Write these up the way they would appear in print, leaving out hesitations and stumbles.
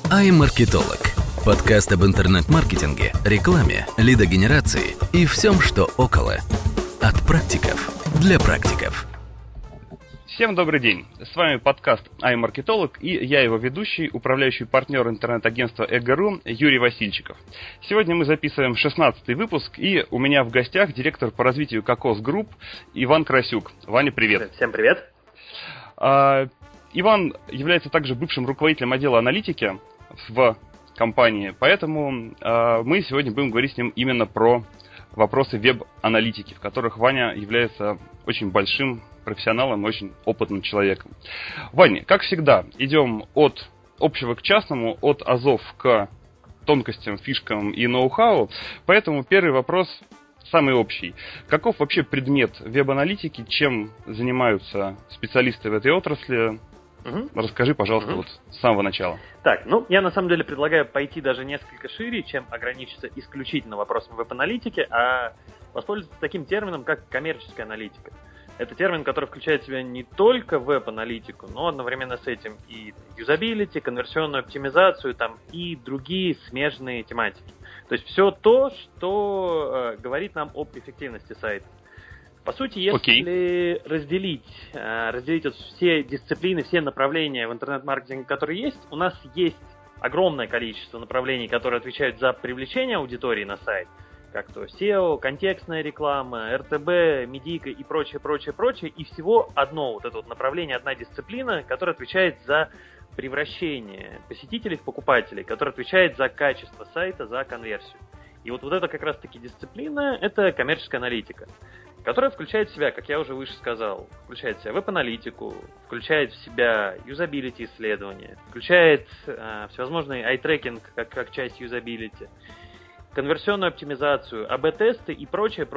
iMarketolog. Подкаст об интернет-маркетинге, рекламе, лидогенерации и всем, что около. От практиков для практиков. Всем добрый день. С вами подкаст iMarketolog и я его ведущий, управляющий партнер интернет-агентства Эго.ру Юрий Васильчиков. Сегодня мы записываем 16-й выпуск, и у меня в гостях директор по развитию Кокос Групп Иван Красюк. Ваня, привет. Всем привет. Иван является также бывшим руководителем отдела аналитики в компании, поэтому мы сегодня будем говорить с ним именно про вопросы веб-аналитики, в которых Ваня является очень большим профессионалом, очень опытным человеком. Ваня, как всегда, идем от общего к частному, от азов к тонкостям, фишкам и ноу-хау, поэтому первый вопрос самый общий. Каков вообще предмет веб-аналитики, чем занимаются специалисты в этой отрасли? Расскажи, пожалуйста, вот с самого начала. Так, я на самом деле предлагаю пойти даже несколько шире, чем ограничиться исключительно вопросом веб-аналитики, а воспользоваться таким термином, как коммерческая аналитика. Это термин, который включает в себя не только веб-аналитику, но одновременно с этим и юзабилити, конверсионную оптимизацию и другие смежные тематики. То есть все то, что говорит нам об эффективности сайта. По сути, если разделить все дисциплины, все направления в интернет-маркетинге, которые есть, у нас есть огромное количество направлений, которые отвечают за привлечение аудитории на сайт, как то SEO, контекстная реклама, РТБ, медийка и прочее, и всего одно направление, одна дисциплина, которая отвечает за превращение посетителей в покупателей, которая отвечает за качество сайта, за конверсию. И вот это как раз-таки дисциплина, это коммерческая аналитика, которая включает в себя, как я уже выше сказал, включает в себя веб-аналитику, включает в себя юзабилити исследования, включает всевозможные ай-трекинг как часть юзабилити, конверсионную оптимизацию, АБ-тесты и прочее.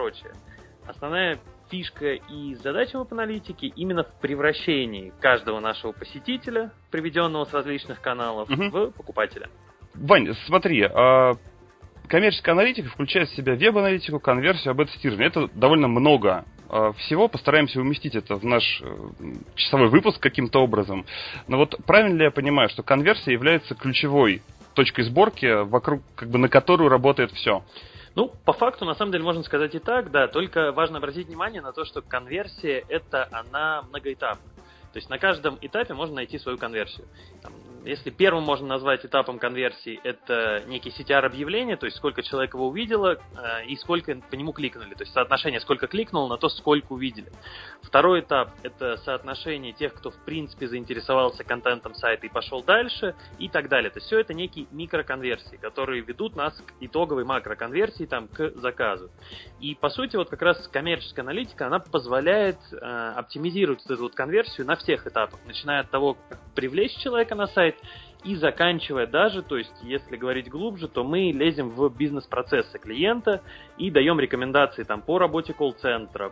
Основная фишка и задача веб-аналитики именно в превращении каждого нашего посетителя, приведенного с различных каналов, в покупателя. Вань, смотри, коммерческая аналитика включает в себя веб-аналитику, конверсию, АБ-тестирование. Это довольно много всего. Постараемся уместить это в наш часовой выпуск каким-то образом. Но вот правильно ли я понимаю, что конверсия является ключевой точкой сборки, вокруг, на которую работает все? По факту, на самом деле, можно сказать и так, да. Только важно обратить внимание на то, что конверсия, она многоэтапная. То есть на каждом этапе можно найти свою конверсию. Если первым можно назвать этапом конверсии, это некий CTR-объявление, то есть сколько человек его увидело и сколько по нему кликнули. То есть соотношение сколько кликнуло на то, сколько увидели. Второй этап – это соотношение тех, кто в принципе заинтересовался контентом сайта и пошел дальше и так далее. То есть все это некие микроконверсии, которые ведут нас к итоговой макроконверсии, к заказу. И по сути как раз коммерческая аналитика, она позволяет оптимизировать эту конверсию на всех этапах, начиная от того, как привлечь человека на сайт, и заканчивая даже, то есть если говорить глубже, то мы лезем в бизнес-процессы клиента и даем рекомендации по работе колл-центра,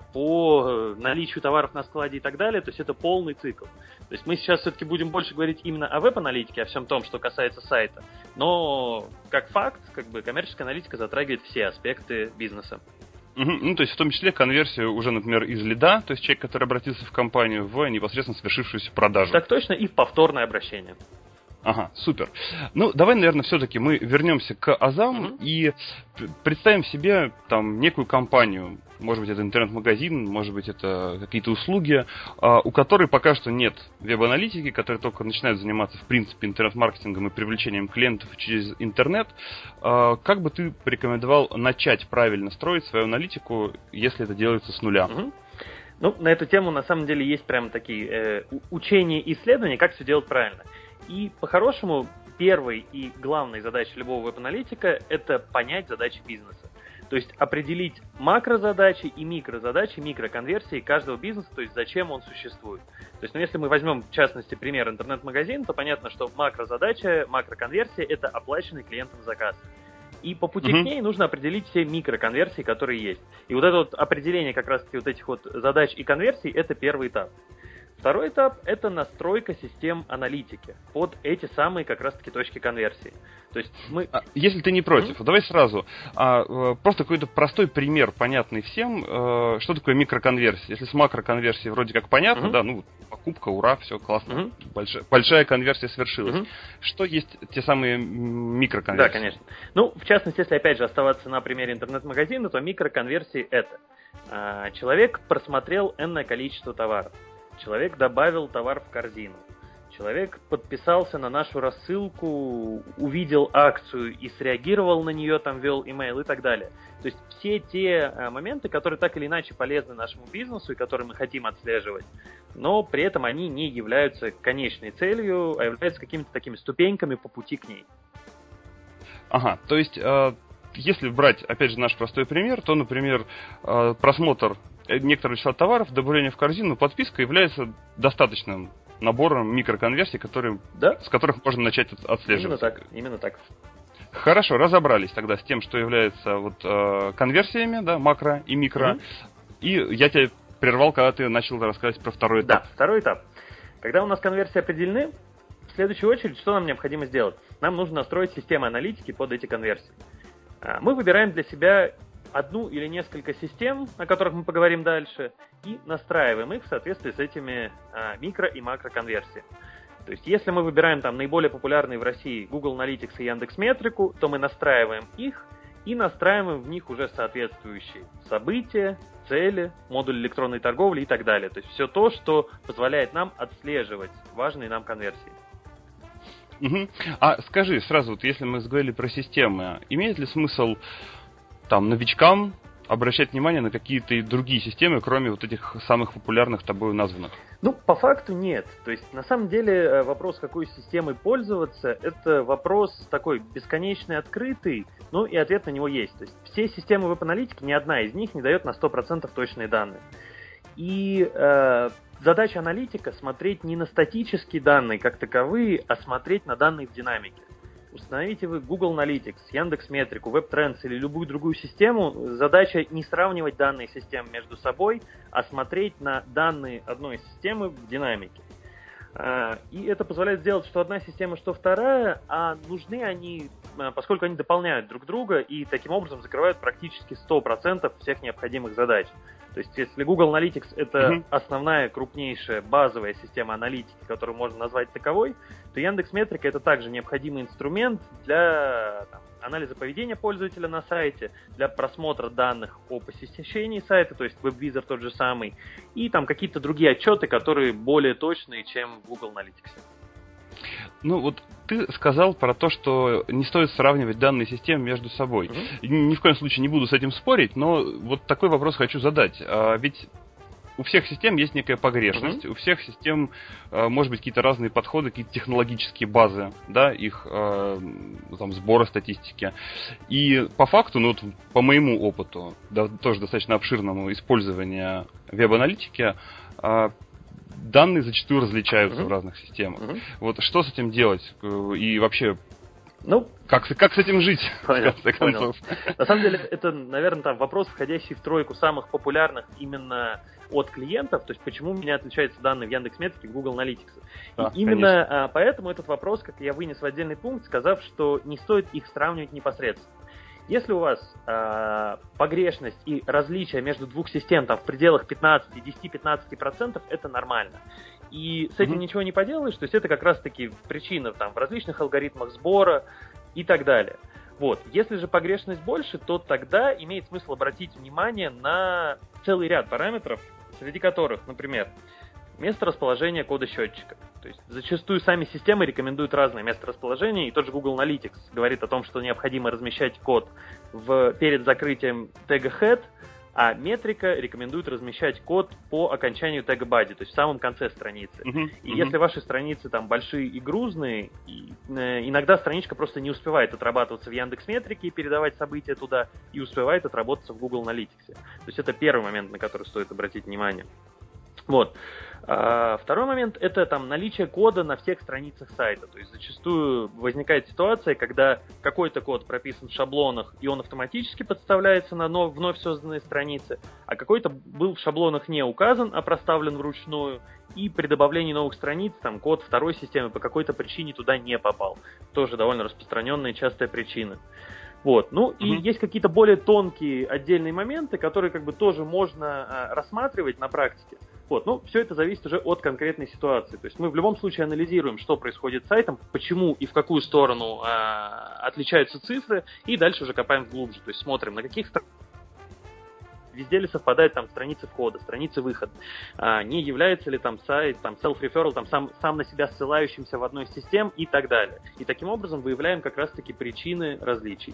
по наличию товаров на складе и так далее, то есть это полный цикл. То есть мы сейчас все-таки будем больше говорить именно о веб-аналитике, о всем том, что касается сайта, но как факт, коммерческая аналитика затрагивает все аспекты бизнеса. То есть в том числе конверсию уже, например, из лида, то есть человек, который обратился в компанию, в непосредственно совершившуюся продажу. Так точно, и в повторное обращение. Ага, супер. Давай, наверное, все-таки мы вернемся к азам и представим себе некую компанию. Может быть, это интернет-магазин, может быть, это какие-то услуги, у которой пока что нет веб-аналитики, которые только начинают заниматься, в принципе, интернет-маркетингом и привлечением клиентов через интернет. Как бы ты порекомендовал начать правильно строить свою аналитику, если это делается с нуля? На эту тему, на самом деле, есть прямо такие учения и исследования, как все делать правильно. И по-хорошему, первой и главной задачей любого веб-аналитика – это понять задачи бизнеса. То есть определить макрозадачи и микрозадачи, микроконверсии каждого бизнеса, то есть зачем он существует. То есть, если мы возьмем, в частности, пример интернет-магазин, то понятно, что макрозадача, макроконверсия – это оплаченный клиентом заказ. И по пути к ней нужно определить все микроконверсии, которые есть. И это определение как раз-таки этих задач и конверсий – это первый этап. Второй этап – это настройка систем аналитики под эти самые как раз-таки точки конверсии. То есть мы... Если ты не против, давай сразу. Просто какой-то простой пример, понятный всем, что такое микроконверсия. Если с макроконверсией вроде как понятно, покупка, ура, все классно, большая конверсия свершилась. Что есть те самые микроконверсии? Да, конечно. Ну, в частности, если опять же оставаться на примере интернет-магазина, то микроконверсии это человек просмотрел энное количество товаров, человек добавил товар в корзину, человек подписался на нашу рассылку, увидел акцию и среагировал на нее, там ввел имейл и так далее. То есть все те моменты, которые так или иначе полезны нашему бизнесу и которые мы хотим отслеживать, но при этом они не являются конечной целью, а являются какими-то такими ступеньками по пути к ней. Ага, то есть, если брать, опять же, наш простой пример, то, например, просмотр некоторого числа товаров, добавление в корзину, подписка является достаточным набором микроконверсий, с которых можно начать отслеживать. Именно так. Хорошо, разобрались тогда с тем, что является конверсиями, да, макро и микро. И я тебя прервал, когда ты начал рассказывать про второй этап. Да, второй этап. Когда у нас конверсии определены, в следующую очередь, что нам необходимо сделать? Нам нужно настроить систему аналитики под эти конверсии. Мы выбираем для себя одну или несколько систем, о которых мы поговорим дальше, и настраиваем их в соответствии с этими микро- и макроконверсиями. То есть, если мы выбираем там наиболее популярные в России Google Analytics и Яндекс.Метрику, то мы настраиваем их и настраиваем в них уже соответствующие события, цели, модуль электронной торговли и так далее. То есть, все то, что позволяет нам отслеживать важные нам конверсии. А скажи сразу, если мы заговорили про системы, имеет ли смысл новичкам обращать внимание на какие-то и другие системы, кроме этих самых популярных тобой названных? Ну, по факту нет. То есть, на самом деле, вопрос, какой системой пользоваться, это вопрос такой бесконечный, открытый, ну и ответ на него есть. То есть, все системы веб-аналитики, ни одна из них не дает на 100% точные данные. И задача аналитика смотреть не на статические данные как таковые, а смотреть на данные в динамике. Установите вы Google Analytics, Яндекс.Метрику, WebTrends или любую другую систему, задача не сравнивать данные систем между собой, а смотреть на данные одной системы в динамике. И это позволяет сделать что одна система, что вторая, а нужны они, поскольку они дополняют друг друга и таким образом закрывают практически 100% всех необходимых задач. То есть, если Google Analytics — это основная, крупнейшая, базовая система аналитики, которую можно назвать таковой, то Яндекс.Метрика — это также необходимый инструмент для анализа поведения пользователя на сайте, для просмотра данных о посещении сайта, то есть WebVisor тот же самый, и какие-то другие отчеты, которые более точные, чем в Google Analytics. Ну, ты сказал про то, что не стоит сравнивать данные системы между собой. Ни в коем случае не буду с этим спорить, но такой вопрос хочу задать. Ведь у всех систем есть некая погрешность, у всех систем, может быть, какие-то разные подходы, какие-то технологические базы, да, их сбора статистики. И по факту, по моему опыту, тоже достаточно обширному использования веб-аналитики, данные зачастую различаются в разных системах. Что с этим делать? И вообще, как с этим жить, в конце концов? На самом деле, это, наверное, вопрос, входящий в тройку самых популярных именно от клиентов. То есть, почему у меня отличаются данные в Яндекс.Метрике и в Google Analytics. Да, и именно поэтому этот вопрос, как я вынес в отдельный пункт, сказав, что не стоит их сравнивать непосредственно. Если у вас погрешность и различия между двух систем в пределах 10-15%, это нормально. И с этим ничего не поделаешь, то есть это как раз-таки причина в различных алгоритмах сбора и так далее. Если же погрешность больше, то тогда имеет смысл обратить внимание на целый ряд параметров, среди которых, например, место расположения кода счетчика. То есть зачастую сами системы рекомендуют разное месторасположение, и тот же Google Analytics говорит о том, что необходимо размещать код перед закрытием тега head, а метрика рекомендует размещать код по окончанию тега body, то есть в самом конце страницы. И если ваши страницы большие и грузные, иногда страничка просто не успевает отрабатываться в Яндекс.Метрике и передавать события туда, и успевает отработаться в Google Analytics. То есть это первый момент, на который стоит обратить внимание. Второй момент — это наличие кода на всех страницах сайта. То есть зачастую возникает ситуация, когда какой-то код прописан в шаблонах, и он автоматически подставляется на вновь созданные страницы, а какой-то был в шаблонах не указан, а проставлен вручную, и при добавлении новых страниц код второй системы по какой-то причине туда не попал. Тоже довольно распространенная и частая причина. И есть какие-то более тонкие отдельные моменты, которые тоже можно рассматривать на практике. Вот, ну, все это зависит уже от конкретной ситуации. То есть мы в любом случае анализируем, что происходит с сайтом, почему и в какую сторону отличаются цифры, и дальше уже копаем глубже. То есть смотрим, на каких везде ли совпадает там страницы входа, страницы выхода, не является ли там сайт, там self-referral, там сам на себя ссылающимся в одной из систем и так далее. И таким образом выявляем как раз-таки причины различий.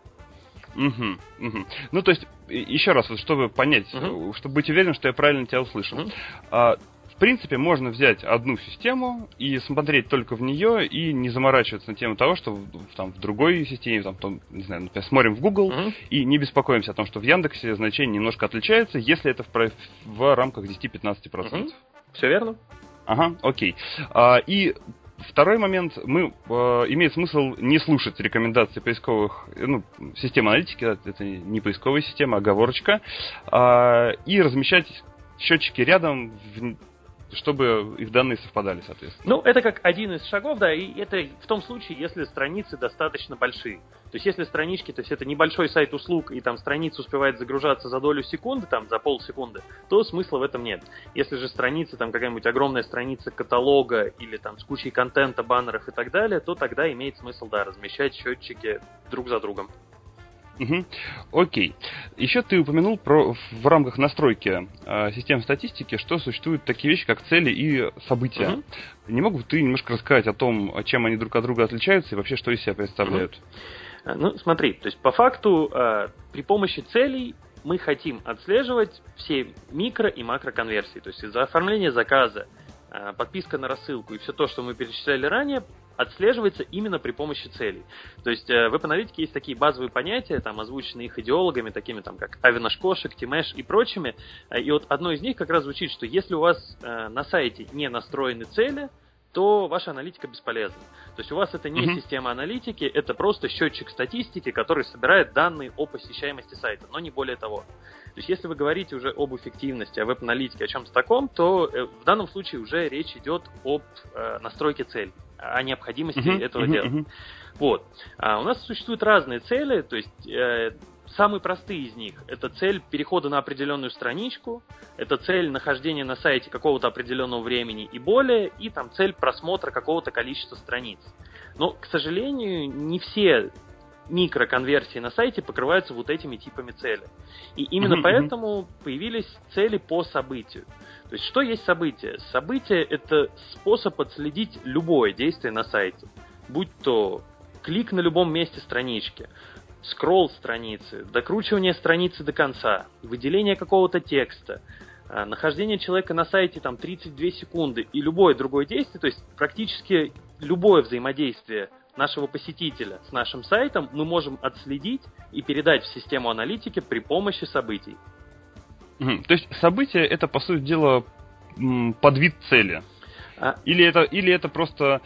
Ну, то есть, еще раз, вот, чтобы понять, чтобы быть уверенным, что я правильно тебя услышал. В принципе, можно взять одну систему и смотреть только в нее и не заморачиваться на тему того, что там в другой системе, там, не знаю, например, смотрим в Google и не беспокоимся о том, что в Яндексе значение немножко отличается, если это в рамках 10-15%. Все верно. Ага, окей. И второй момент, имеет смысл не слушать рекомендации поисковых, систем аналитики, это не поисковая система, а оговорочка, и размещать счетчики рядом, чтобы их данные совпадали, соответственно. Ну, это как один из шагов, да, и это в том случае, если страницы достаточно большие. То есть, если странички, то есть это небольшой сайт услуг, и там страница успевает загружаться за долю секунды, там, за полсекунды, то смысла в этом нет. Если же страница, там, какая-нибудь огромная страница каталога, или там с кучей контента, баннеров и так далее, то тогда имеет смысл, да, размещать счетчики друг за другом. Окей. Еще ты упомянул в рамках настройки систем статистики, что существуют такие вещи, как цели и события. Не мог бы ты немножко рассказать о том, чем они друг от друга отличаются и вообще что из себя представляют? Ну, смотри, то есть по факту при помощи целей мы хотим отслеживать все микро- и макроконверсии. То есть из-за оформления заказа, подписка на рассылку и все то, что мы перечисляли ранее, отслеживается именно при помощи целей. То есть в веб-аналитике есть такие базовые понятия, там, озвученные их идеологами, такими там, как Авинаш Кошек, Тимеш и прочими. И вот одно из них как раз звучит, что если у вас на сайте не настроены цели, то ваша аналитика бесполезна. То есть у вас это не система аналитики, это просто счетчик статистики, который собирает данные о посещаемости сайта, но не более того. То есть если вы говорите уже об эффективности, о веб-аналитике, о чем-то таком, то в данном случае уже речь идет об настройке целей, о необходимости этого делать. Вот. У нас существуют разные цели, то есть самые простые из них – это цель перехода на определенную страничку, это цель нахождения на сайте какого-то определенного времени и более, и там цель просмотра какого-то количества страниц. Но, к сожалению, не все микроконверсии на сайте покрываются вот этими типами цели. И именно поэтому появились цели по событию. То есть, что есть событие? Событие – это способ отследить любое действие на сайте. Будь то клик на любом месте странички, скролл страницы, докручивание страницы до конца, выделение какого-то текста, нахождение человека на сайте там 32 секунды и любое другое действие, то есть практически любое взаимодействие нашего посетителя с нашим сайтом мы можем отследить и передать в систему аналитики при помощи событий. То есть событие — это, по сути дела, подвид цели? Или это просто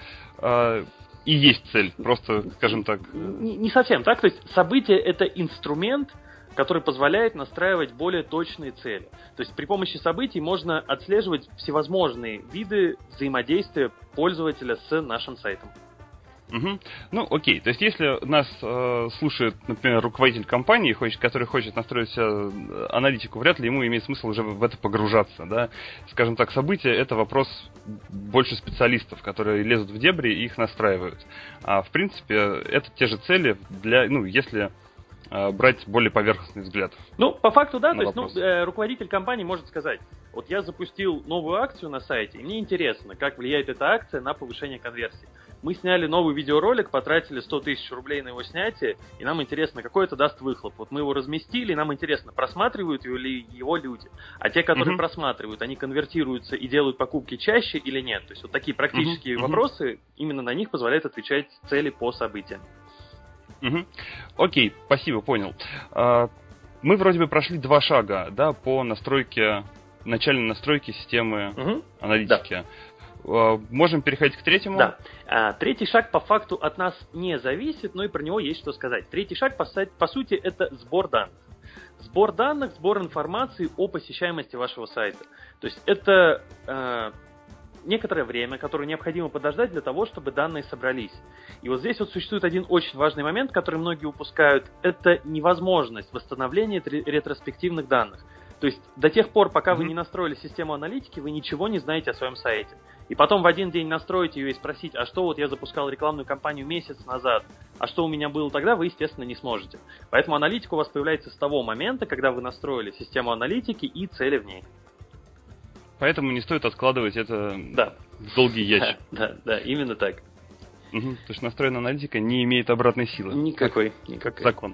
и есть цель, просто, скажем так? Не совсем так. То есть событие — это инструмент, который позволяет настраивать более точные цели. То есть при помощи событий можно отслеживать всевозможные виды взаимодействия пользователя с нашим сайтом. Ну, окей. То есть, если нас слушает, например, руководитель компании, который хочет настроить аналитику, вряд ли ему имеет смысл уже в это погружаться, да? Скажем так, события — это вопрос больше специалистов, которые лезут в дебри и их настраивают. А в принципе, это те же цели если брать более поверхностный взгляд. Ну, по факту, да. То есть, руководитель компании может сказать: вот я запустил новую акцию на сайте, и мне интересно, как влияет эта акция на повышение конверсии. Мы сняли новый видеоролик, потратили 100 тысяч рублей на его снятие, и нам интересно, какой это даст выхлоп. Вот мы его разместили, и нам интересно, просматривают ли его люди. А те, которые просматривают, они конвертируются и делают покупки чаще или нет. То есть вот такие практические вопросы, именно на них позволяют отвечать цели по событиям. Окей, спасибо, понял. Мы вроде бы прошли 2 шага, да, по начальной настройке системы аналитики. Да. Можем переходить к третьему? Да. Третий шаг по факту от нас не зависит, но и про него есть что сказать. Третий шаг, по сути, это сбор данных. Сбор данных, сбор информации о посещаемости вашего сайта. То есть это некоторое время, которое необходимо подождать для того, чтобы данные собрались. И вот здесь вот существует один очень важный момент, который многие упускают. Это невозможность восстановления ретроспективных данных. То есть до тех пор, пока вы не настроили систему аналитики, вы ничего не знаете о своем сайте. И потом в один день настроить ее и спросить, а что вот я запускал рекламную кампанию месяц назад, а что у меня было тогда, вы, естественно, не сможете. Поэтому аналитика у вас появляется с того момента, когда вы настроили систему аналитики и цели в ней. Поэтому не стоит откладывать это в долгий ящик. Да, именно так. Потому что настроенная аналитика не имеет обратной силы. Никакой. Закон.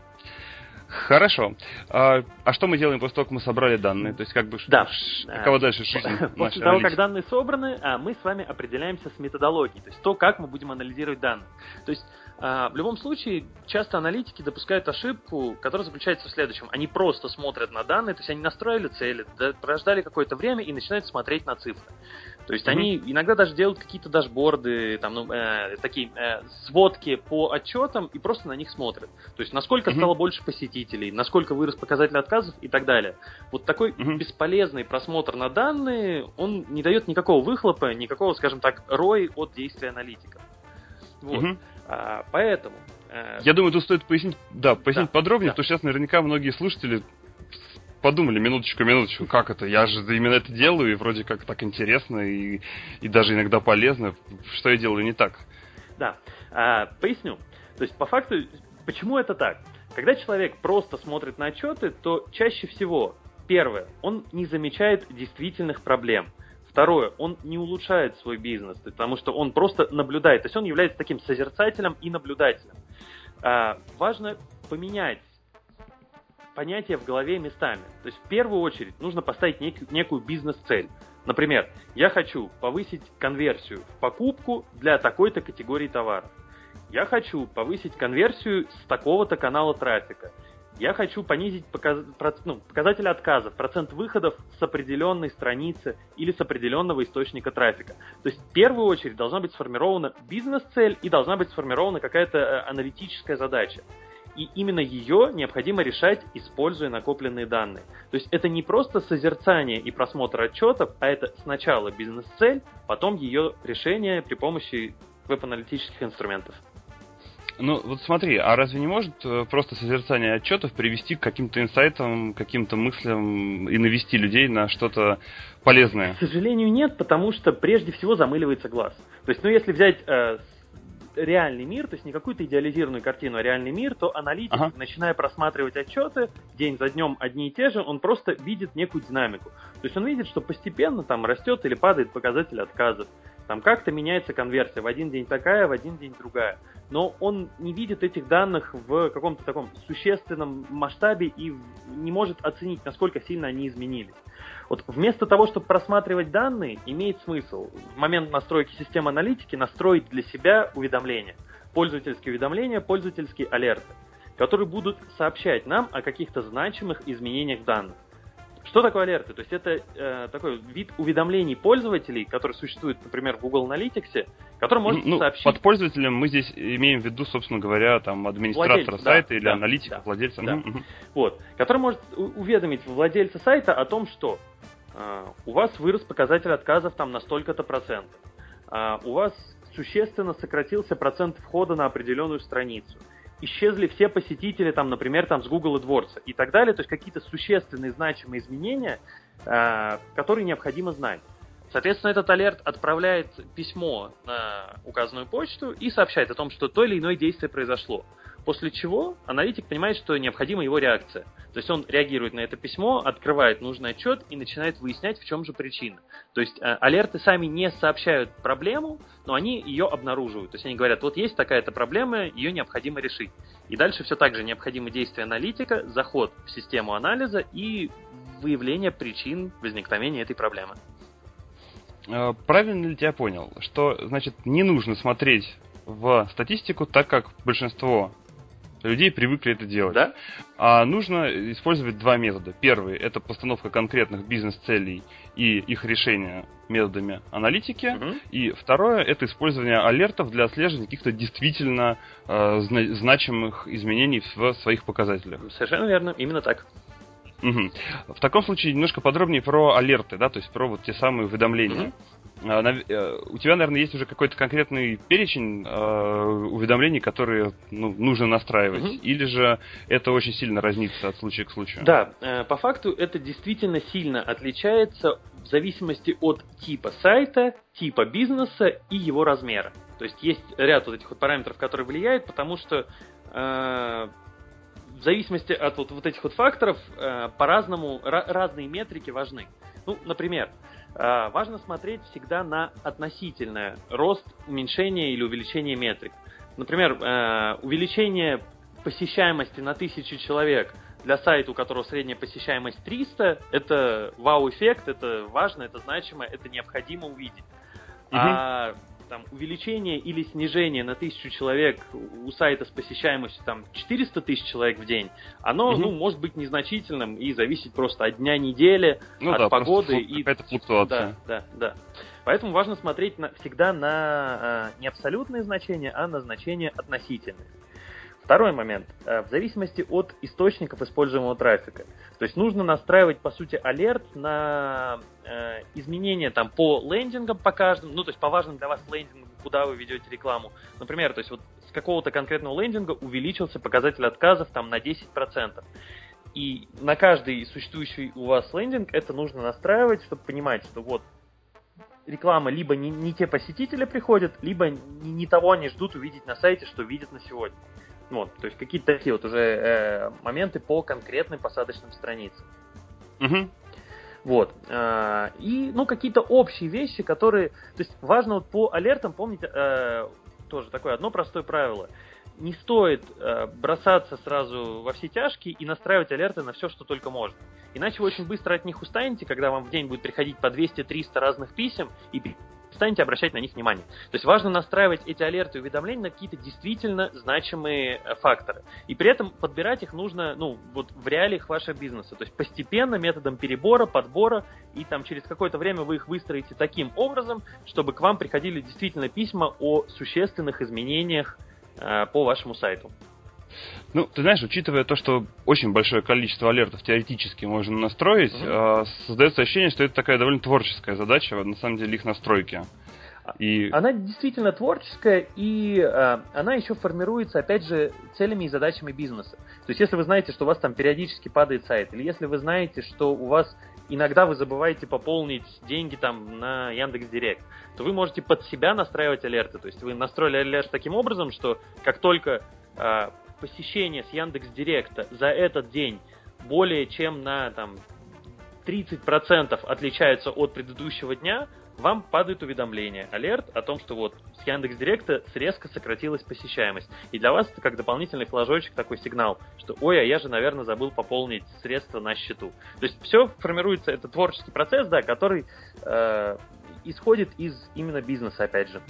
Хорошо. А что мы делаем после того, как мы собрали данные? То есть, какова дальше жизнь нашей аналитики? После того, как данные собраны, мы с вами определяемся с методологией, то есть то, как мы будем анализировать данные. То есть, в любом случае, часто аналитики допускают ошибку, которая заключается в следующем. Они просто смотрят на данные, то есть они настроили цели, прождали какое-то время и начинают смотреть на цифры. То есть они иногда даже делают какие-то дашборды, такие сводки по отчетам и просто на них смотрят. То есть насколько стало больше посетителей, насколько вырос показатель отказов и так далее. Вот такой бесполезный просмотр на данные, он не дает никакого выхлопа, никакого, скажем так, ROI от действия аналитиков. Вот. Поэтому... Я думаю, тут стоит пояснить подробнее, потому что сейчас наверняка многие слушатели подумали, минуточку, как это? Я же именно это делаю, и вроде как так интересно, и даже иногда полезно. Что я делаю не так? Да, поясню. То есть, по факту, почему это так? Когда человек просто смотрит на отчеты, то чаще всего, первое, он не замечает действительных проблем. Второе, он не улучшает свой бизнес, потому что он просто наблюдает. То есть он является таким созерцателем и наблюдателем. Важно поменять понятия в голове местами. То есть в первую очередь нужно поставить некую бизнес-цель. Например, я хочу повысить конверсию в покупку для такой-то категории товаров. Я хочу повысить конверсию с такого-то канала трафика. Я хочу понизить показатель отказов, процент выходов с определенной страницы или с определенного источника трафика. То есть в первую очередь должна быть сформирована бизнес-цель и должна быть сформирована какая-то аналитическая задача. И именно ее необходимо решать, используя накопленные данные. То есть это не просто созерцание и просмотр отчетов, а это сначала бизнес-цель, потом ее решение при помощи веб-аналитических инструментов. Ну, вот смотри, а разве не может просто созерцание отчетов привести к каким-то инсайтам, каким-то мыслям и навести людей на что-то полезное? К сожалению, нет, потому что прежде всего замыливается глаз. То есть, если взять реальный мир, то есть не какую-то идеализированную картину, а реальный мир, то аналитик, начиная просматривать отчеты день за днем одни и те же, он просто видит некую динамику. То есть он видит, что постепенно там растет или падает показатель отказов. Там как-то меняется конверсия. В один день такая, в один день другая. Но он не видит этих данных в каком-то таком существенном масштабе и не может оценить, насколько сильно они изменились. Вот вместо того, чтобы просматривать данные, имеет смысл в момент настройки системы аналитики настроить для себя уведомления. Пользовательские уведомления, пользовательские алерты, которые будут сообщать нам о каких-то значимых изменениях данных. Что такое алерты? То есть это такой вид уведомлений пользователей, который существует, например, в Google Analytics, который может сообщить... Под пользователем мы здесь имеем в виду, собственно говоря, там администратора сайта или аналитика, владельца. Да. Вот, который может уведомить владельца сайта о том, что у вас вырос показатель отказов там на столько-то процентов, у вас существенно сократился процент входа на определенную страницу, исчезли все посетители, там, например, там, с Google AdWords и так далее, то есть какие-то существенные значимые изменения, которые необходимо знать. Соответственно, этот алерт отправляет письмо на указанную почту и сообщает о том, что то или иное действие произошло. После чего аналитик понимает, что необходима его реакция. То есть он реагирует на это письмо, открывает нужный отчет и начинает выяснять, в чем же причина. То есть алерты сами не сообщают проблему, но они ее обнаруживают. То есть они говорят, вот есть такая-то проблема, ее необходимо решить. И дальше все так же необходимо действие аналитика, заход в систему анализа и выявление причин возникновения этой проблемы. Правильно ли я понял, что, значит, не нужно смотреть в статистику так, как большинство людей привыкли это делать. Да? А нужно использовать два метода. Первый – это постановка конкретных бизнес-целей и их решение методами аналитики. И второе – это использование алертов для отслеживания каких-то действительно значимых изменений в своих показателях. Совершенно верно, именно так. В таком случае немножко подробнее про алерты, да, то есть про вот те самые уведомления. у тебя, наверное, есть уже какой-то конкретный перечень уведомлений, которые нужно настраивать, или же это очень сильно разнится от случая к случаю? Да, по факту это действительно сильно отличается в зависимости от типа сайта, типа бизнеса и его размера. То есть есть ряд вот этих вот параметров, которые влияют, потому что в зависимости от вот этих вот факторов по-разному разные метрики важны. Ну, например, важно смотреть всегда на относительное рост, уменьшение или увеличение метрик. Например, увеличение посещаемости на 1000 человек для сайта, у которого средняя посещаемость 300, это вау-эффект, это важно, это значимо, это необходимо увидеть. А там, увеличение или снижение на 1000 человек у сайта с посещаемостью 400 тысяч человек в день, оно может быть незначительным и зависеть просто от дня недели, от погоды и какая-то флуктуация. Да. Поэтому важно смотреть всегда на не абсолютные значения, а на значения относительные. Второй момент. В зависимости от источников используемого трафика. То есть нужно настраивать, по сути, алерт на изменения по лендингам по каждому, то есть по важным для вас лендингам, куда вы ведете рекламу. Например, то есть вот с какого-то конкретного лендинга увеличился показатель отказов на 10%. И на каждый существующий у вас лендинг это нужно настраивать, чтобы понимать, что вот реклама либо не те посетители приходят, либо не того они ждут увидеть на сайте, что видят на сегодня. Вот, то есть какие-то такие вот уже моменты по конкретным посадочным страницам. Вот. И, какие-то общие вещи, которые... То есть важно вот по алертам помнить тоже такое одно простое правило. Не стоит бросаться сразу во все тяжкие и настраивать алерты на все, что только можно. Иначе вы очень быстро от них устанете, когда вам в день будет приходить по 200-300 разных писем, и перестанете обращать на них внимание. То есть важно настраивать эти алерты и уведомления на какие-то действительно значимые факторы. И при этом подбирать их нужно, в реалиях вашего бизнеса. То есть постепенно, методом перебора, подбора, и через какое-то время вы их выстроите таким образом, чтобы к вам приходили действительно письма о существенных изменениях по вашему сайту. Ты знаешь, учитывая то, что очень большое количество алертов теоретически можно настроить, создается ощущение, что это такая довольно творческая задача, на самом деле, их настройки. Она действительно творческая, и она еще формируется, опять же, целями и задачами бизнеса. То есть, если вы знаете, что у вас периодически падает сайт, или если вы знаете, что у вас иногда вы забываете пополнить деньги на Яндекс.Директ, то вы можете под себя настраивать алерты. То есть, вы настроили алерт таким образом, что как только посещение с Яндекс.Директа за этот день более чем на 30% отличается от предыдущего дня, вам падает уведомление, алерт о том, что с Яндекс.Директа резко сократилась посещаемость. И для вас это как дополнительный флажочек, такой сигнал, что ой, а я же, наверное, забыл пополнить средства на счету. То есть все формируется, это творческий процесс, который исходит из именно бизнеса, опять же.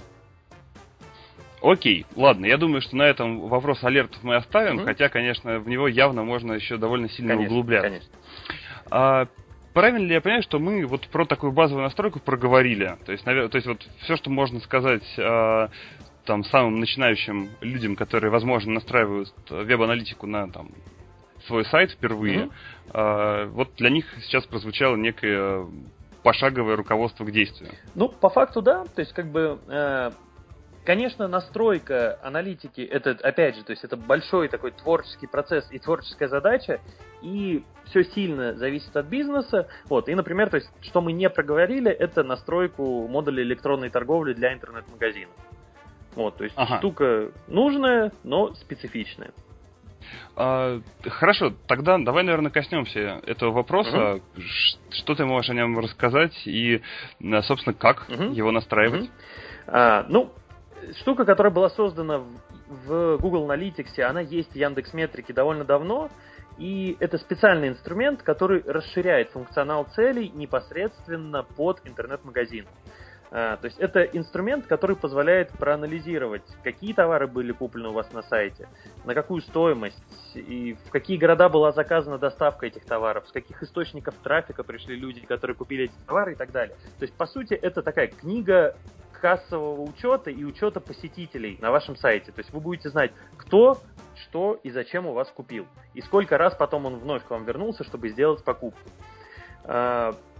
Окей, ладно, я думаю, что на этом вопрос алертов мы оставим, хотя, конечно, в него явно можно еще довольно сильно углубляться. Конечно. Правильно ли я понимаю, что мы про такую базовую настройку проговорили? То есть все, что можно сказать самым начинающим людям, которые, возможно, настраивают веб-аналитику на свой сайт впервые, для них сейчас прозвучало некое пошаговое руководство к действию. По факту, да. То есть, конечно, настройка аналитики, это, опять же, то есть это большой такой творческий процесс и творческая задача, и все сильно зависит от бизнеса. И, например, то есть, что мы не проговорили, это настройку модуля электронной торговли для интернет-магазина. То есть штука нужная, но специфичная. Хорошо, тогда давай, наверное, коснемся этого вопроса. Что ты можешь о нем рассказать и, собственно, как его настраивать? Штука, которая была создана в Google Analytics, она есть в Яндекс.Метрике довольно давно, и это специальный инструмент, который расширяет функционал целей непосредственно под интернет-магазин. То есть это инструмент, который позволяет проанализировать, какие товары были куплены у вас на сайте, на какую стоимость, и в какие города была заказана доставка этих товаров, с каких источников трафика пришли люди, которые купили эти товары и так далее. То есть, по сути, это такая книга кассового учета и учета посетителей на вашем сайте. То есть вы будете знать, кто, что и зачем у вас купил. И сколько раз потом он вновь к вам вернулся, чтобы сделать покупку.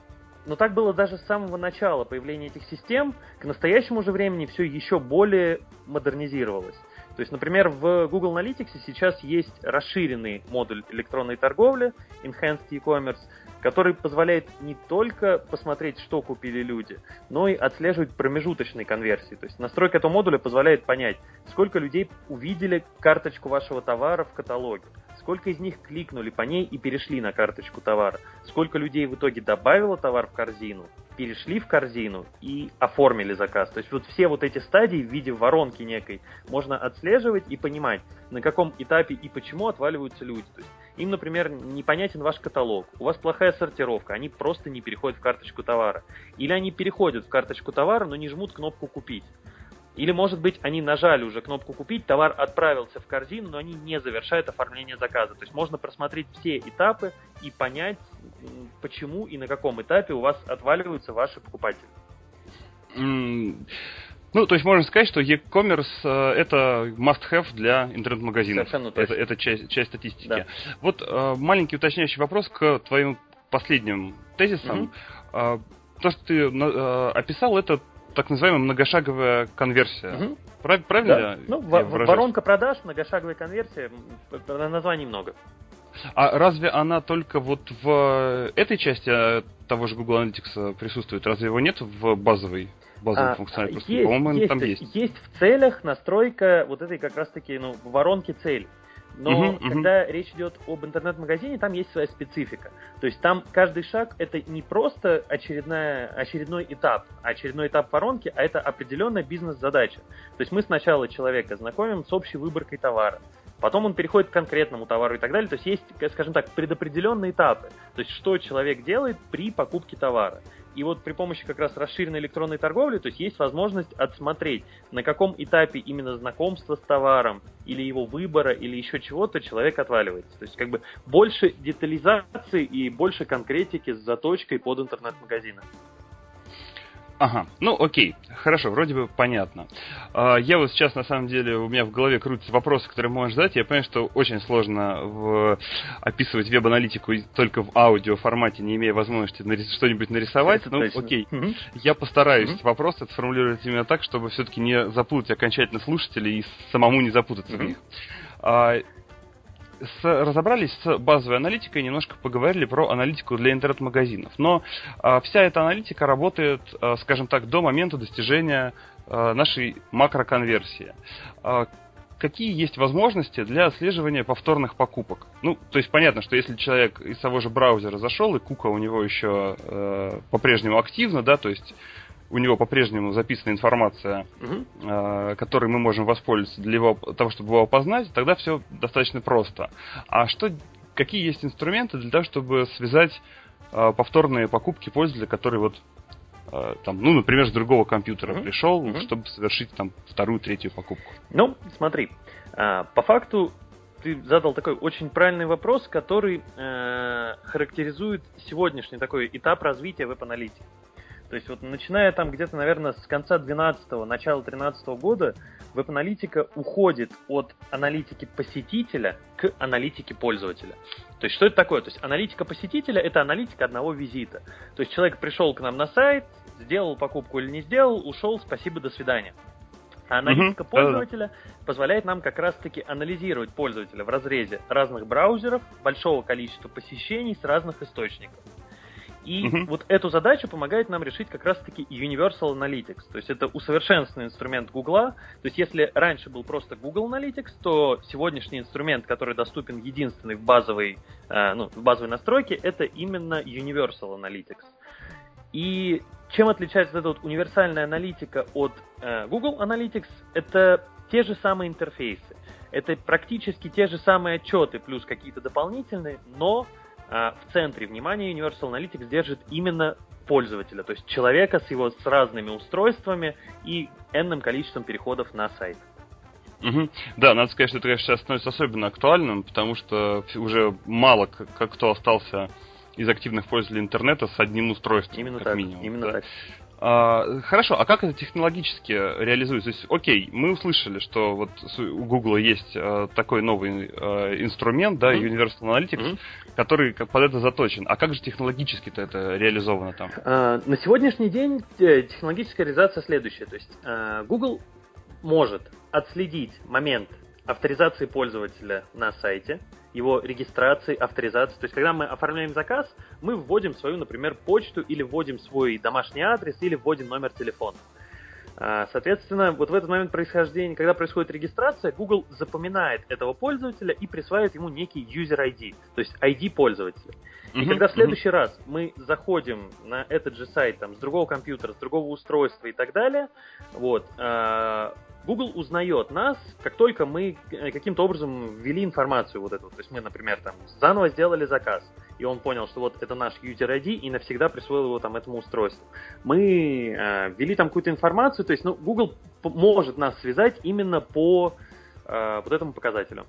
Но так было даже с самого начала появления этих систем. К настоящему же времени все еще более модернизировалось. То есть, например, в Google Analytics сейчас есть расширенный модуль электронной торговли, Enhanced E-commerce, который позволяет не только посмотреть, что купили люди, но и отслеживать промежуточные конверсии. То есть настройка этого модуля позволяет понять, сколько людей увидели карточку вашего товара в каталоге, сколько из них кликнули по ней и перешли на карточку товара, сколько людей в итоге добавило товар в корзину, перешли в корзину и оформили заказ. То есть вот все вот эти стадии в виде воронки некой можно отслеживать и понимать, на каком этапе и почему отваливаются люди. То есть им, например, непонятен ваш каталог, у вас плохая сортировка, они просто не переходят в карточку товара. Или они переходят в карточку товара, но не жмут кнопку «Купить». Или, может быть, они нажали уже кнопку «Купить», товар отправился в корзину, но они не завершают оформление заказа. То есть можно просмотреть все этапы и понять, почему и на каком этапе у вас отваливаются ваши покупатели. Ну, то есть можно сказать, что e-commerce это must-have для интернет-магазинов. Совершенно точно. Это часть статистики. Да. Вот маленький уточняющий вопрос к твоим последним тезисам. То, что ты описал, это так называемая многошаговая конверсия. Правильно? Да. Ну, воронка продаж, многошаговая конверсия, названий много. А разве она только вот в этой части того же Google Analytics присутствует? Разве его нет в базовой функциональности? По-моему, там есть. Есть в целях настройка вот этой как раз-таки воронки целей. Но когда речь идет об интернет-магазине, там есть своя специфика. То есть там каждый шаг — это не просто очередной этап воронки, а это определенная бизнес-задача. То есть мы сначала человека знакомим с общей выборкой товара, потом он переходит к конкретному товару и так далее. То есть есть, скажем так, предопределенные этапы. То есть что человек делает при покупке товара. И вот при помощи как раз расширенной электронной торговли, то есть есть возможность отсмотреть, на каком этапе именно знакомства с товаром, или его выбора, или еще чего-то человек отваливается. То есть как бы больше детализации и больше конкретики с заточкой под интернет-магазины. Ага, ну окей, хорошо, вроде бы понятно. Я вот сейчас, на самом деле, у меня в голове крутятся вопросы, которые можно задать. Я понимаю, что очень сложно описывать веб-аналитику только в аудиоформате, не имея возможности что-нибудь нарисовать. Ну окей, я постараюсь вопросы сформулировать именно так, чтобы все-таки не запутать окончательно слушателей и самому не запутаться в них. Разобрались с базовой аналитикой, немножко поговорили про аналитику для интернет-магазинов. Но вся эта аналитика работает, скажем так, до момента достижения нашей макроконверсии. Какие есть возможности для отслеживания повторных покупок? Ну, то есть понятно, что если человек из того же браузера зашел, и кука у него еще по-прежнему активна, да, то есть у него по-прежнему записана информация, которой мы можем воспользоваться для того, чтобы его опознать, тогда все достаточно просто. А какие есть инструменты для того, чтобы связать повторные покупки пользователя, который вот там, ну, например, с другого компьютера пришел, чтобы совершить там вторую, третью покупку? Ну, смотри, по факту ты задал такой очень правильный вопрос, который характеризует сегодняшний такой этап развития веб-аналитики. То есть вот начиная там где-то, наверное, с конца 12-го, начала 13-го года веб-аналитика уходит от аналитики посетителя к аналитике пользователя. То есть что это такое? То есть аналитика посетителя — это аналитика одного визита. То есть человек пришел к нам на сайт, сделал покупку или не сделал, ушел, спасибо, до свидания. А аналитика пользователя позволяет нам как раз-таки анализировать пользователя в разрезе разных браузеров, большого количества посещений с разных источников. И вот эту задачу помогает нам решить как раз-таки Universal Analytics. То есть это усовершенствованный инструмент Гугла. То есть если раньше был просто Google Analytics, то сегодняшний инструмент, который доступен единственный в базовой настройке, это именно Universal Analytics. И чем отличается эта вот универсальная аналитика от Google Analytics? Это те же самые интерфейсы. Это практически те же самые отчеты, плюс какие-то дополнительные, но в центре внимания Universal Analytics держит именно пользователя, то есть человека с разными устройствами и энным количеством переходов на сайт. Да, надо сказать, что это, конечно, сейчас становится особенно актуальным, потому что уже мало кто остался из активных пользователей интернета с одним устройством, именно как так, минимум. Именно так. Хорошо, а как это технологически реализуется? То есть, окей, мы услышали, что вот у Google есть такой новый инструмент, да, Universal Analytics, который под это заточен. А как же технологически-то это реализовано там? На сегодняшний день технологическая реализация следующая. То есть Google может отследить момент авторизации пользователя на сайте, его регистрации, авторизации. То есть, когда мы оформляем заказ, мы вводим свою, например, почту, или вводим свой домашний адрес, или вводим номер телефона. Соответственно, вот в этот момент происхождения, когда происходит регистрация, Google запоминает этого пользователя и присваивает ему некий user ID, то есть ID пользователя. И когда в следующий раз мы заходим на этот же сайт там, с другого компьютера, с другого устройства и так далее, вот, Google узнает нас, как только мы каким-то образом ввели информацию вот эту. То есть мы, например, там заново сделали заказ, и он понял, что вот это наш user ID, и навсегда присвоил его там этому устройству. Мы ввели там какую-то информацию, то есть Google может нас связать именно по вот этому показателю.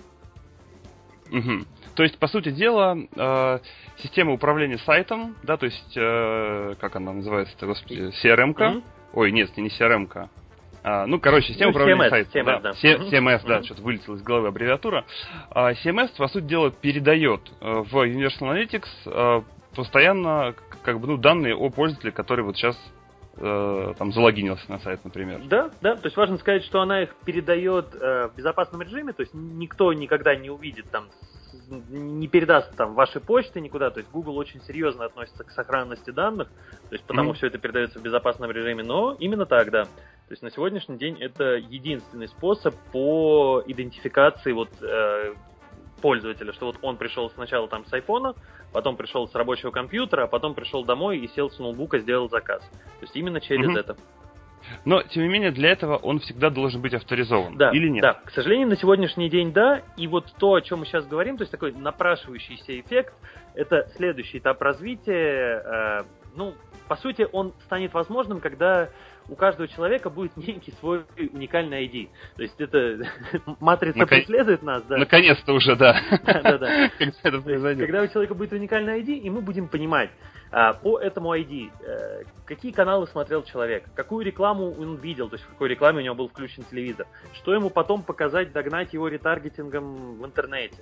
То есть, по сути дела, система управления сайтом, да, то есть, как она называется-то, господи, CRM-ка? Ой, нет, не CRM-ка. Система управления сайтом. CMS, да, что-то вылетело из головы аббревиатура. CMS, по сути дела, передает в Universal Analytics постоянно данные о пользователе, который вот сейчас там залогинился на сайт, например. Да, то есть важно сказать, что она их передает в безопасном режиме, то есть никто никогда не увидит там, не передаст там ваши почты никуда, то есть Google очень серьезно относится к сохранности данных, то есть потому все это передается в безопасном режиме, но именно так, да. То есть на сегодняшний день это единственный способ по идентификации пользователя, что вот он пришел сначала там с айфона, потом пришел с рабочего компьютера, а потом пришел домой и сел с ноутбука, сделал заказ. То есть именно через это. Но, тем не менее, для этого он всегда должен быть авторизован, да, или нет? Да, к сожалению, на сегодняшний день да. И вот то, о чем мы сейчас говорим, то есть такой напрашивающийся эффект, это следующий этап развития. По сути, он станет возможным, когда у каждого человека будет некий свой уникальный ID. То есть это матрица преследует нас, да. Наконец-то уже, да. Да. Когда это произойдет. Когда у человека будет уникальный ID, и мы будем понимать по этому ID, какие каналы смотрел человек, какую рекламу он видел, то есть в какой рекламе у него был включен телевизор, что ему потом показать, догнать его ретаргетингом в интернете,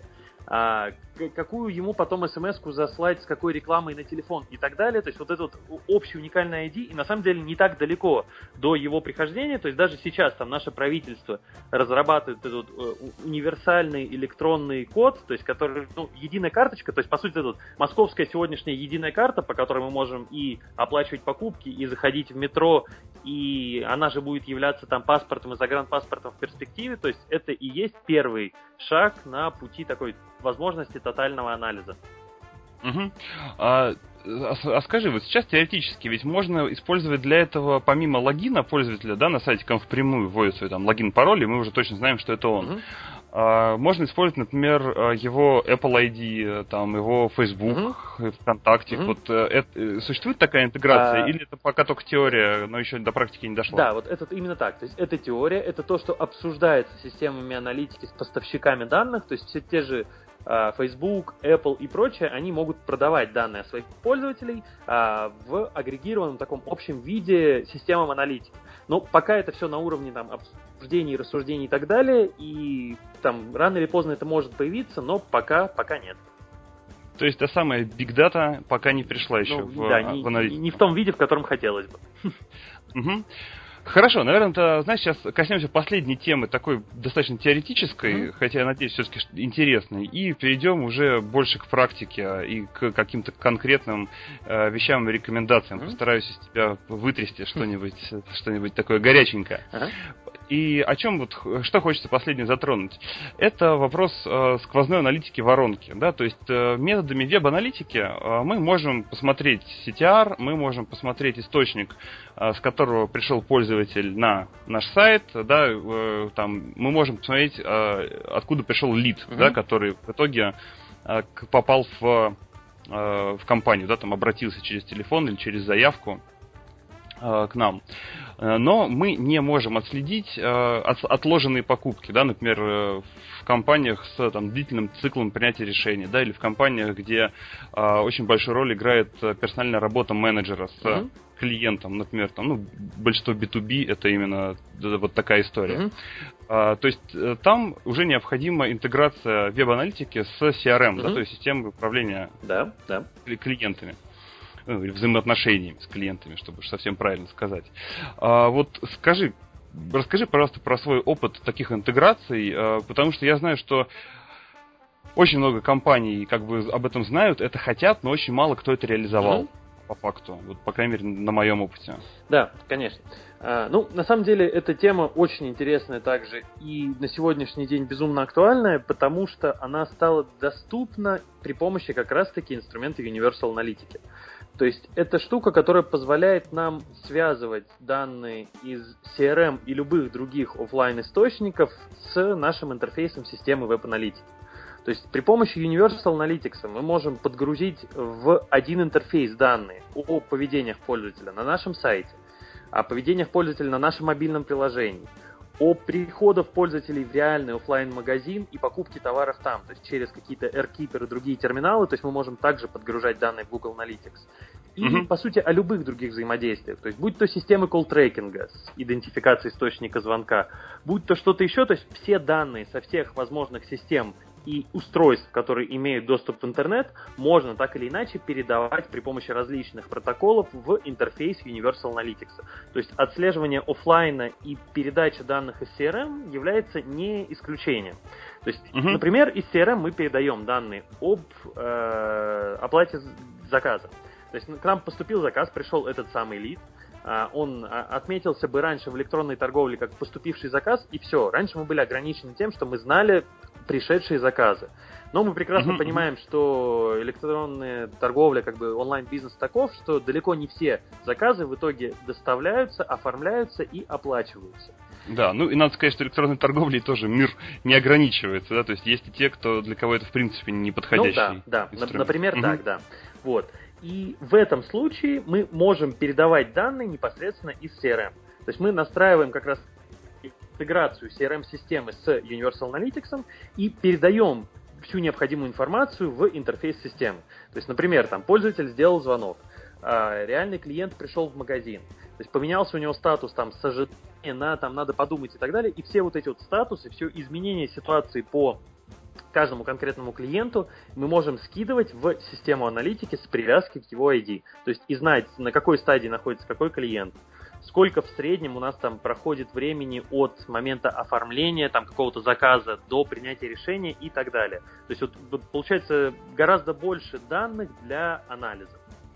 какую ему потом смс-ку заслать с какой рекламой на телефон и так далее. То есть вот этот общий уникальный ID, и на самом деле не так далеко до его прихождения. То есть даже сейчас там наше правительство разрабатывает этот универсальный электронный код, то есть который, единая карточка, то есть по сути это московская сегодняшняя единая карта, по которой мы можем и оплачивать покупки, и заходить в метро, и она же будет являться там паспортом и загранпаспортом в перспективе. То есть это и есть первый шаг на пути такой возможности тотального анализа. А скажи, вот сейчас теоретически ведь можно использовать для этого, помимо логина пользователя, да, на сайте, как впрямую вводит свой там логин-пароль, и мы уже точно знаем, что это он. Можно использовать, например, его Apple ID, там, его Facebook, ВКонтакте. Вот существует такая интеграция, или это пока только теория, но еще до практики не дошла? Да, вот это именно так. То есть это теория, это то, что обсуждается системами аналитики с поставщиками данных, то есть все те же Facebook, Apple и прочее, они могут продавать данные о своих пользователей в агрегированном таком общем виде системам аналитики. Но пока это все на уровне там обсуждений, рассуждений и так далее, и там рано или поздно это может появиться, но пока нет. То есть та самая Big Data пока не пришла еще в аналитику? Не в том виде, в котором хотелось бы. Хорошо, наверное, знаешь, сейчас коснемся последней темы, такой достаточно теоретической, хотя, я надеюсь, все-таки интересной, и перейдем уже больше к практике и к каким-то конкретным вещам и рекомендациям. Постараюсь из тебя вытрясти что-нибудь такое горяченькое. И о чем что хочется последнее затронуть? Это вопрос сквозной аналитики воронки. Да? То есть методами веб-аналитики мы можем посмотреть CTR, мы можем посмотреть источник, с которого пришел пользователь на наш сайт, да? Там, мы можем посмотреть, откуда пришел лид, да, который в итоге попал в компанию, да, там обратился через телефон или через заявку. к нам. Но мы не можем отследить отложенные покупки, да, например, в компаниях с там, длительным циклом принятия решений, да, или в компаниях, где очень большую роль играет персональная работа менеджера с клиентом, например, там, ну, большинство B2B это именно вот такая история. То есть там уже необходима интеграция веб-аналитики с CRM, да, то есть системой управления клиентами. Или взаимоотношениями с клиентами, чтобы совсем правильно сказать. Вот расскажи, пожалуйста, про свой опыт таких интеграций, потому что я знаю, что очень много компаний как бы об этом знают, это хотят, но очень мало кто это реализовал. По факту, вот, по крайней мере, на моем опыте. Да, конечно. Ну, на самом деле, эта тема очень интересная также и на сегодняшний день безумно актуальная, потому что она стала доступна при помощи как раз-таки инструмента Universal Analytics. То есть, это штука, которая позволяет нам связывать данные из CRM и любых других офлайн источников с нашим интерфейсом системы веб-аналитики. То есть при помощи Universal Analytics мы можем подгрузить в один интерфейс данные о поведениях пользователя на нашем сайте, о поведениях пользователя на нашем мобильном приложении, о переходах пользователей в реальный офлайн-магазин и покупке товаров там, то есть через какие-то AirKeeper и другие терминалы, то есть мы можем также подгружать данные в Google Analytics. И, по сути, о любых других взаимодействиях. То есть, будь то системы колл-трекинга с идентификацией источника звонка, будь то что-то еще, то есть все данные со всех возможных систем и устройств, которые имеют доступ в интернет, можно так или иначе передавать при помощи различных протоколов в интерфейс Universal Analytics. То есть отслеживание офлайна и передача данных из CRM является не исключением. То есть, например, из CRM мы передаем данные об оплате заказа. То есть к нам поступил заказ, пришел этот самый лид, он отметился бы раньше в электронной торговле как поступивший заказ, и все. Раньше мы были ограничены тем, что мы знали пришедшие заказы. Но мы прекрасно понимаем, что электронная торговля, как бы онлайн-бизнес таков, что далеко не все заказы в итоге доставляются, оформляются и оплачиваются. Да, ну и надо сказать, что электронной торговлей тоже мир не ограничивается, да, то есть есть и те, кто для кого это в принципе не подходящий. Ну да, например, так, да. Вот. И в этом случае мы можем передавать данные непосредственно из CRM. То есть мы настраиваем как раз интеграцию CRM-системы с Universal Analytics и передаем всю необходимую информацию в интерфейс системы. То есть, например, там пользователь сделал звонок, реальный клиент пришел в магазин, то есть поменялся у него статус там с ожидания на там надо подумать и так далее, и все вот эти вот статусы, все изменения ситуации по каждому конкретному клиенту мы можем скидывать в систему аналитики с привязкой к его ID. То есть и знать, на какой стадии находится какой клиент, сколько в среднем у нас там проходит времени от момента оформления там какого-то заказа до принятия решения и так далее. То есть вот получается гораздо больше данных для анализа.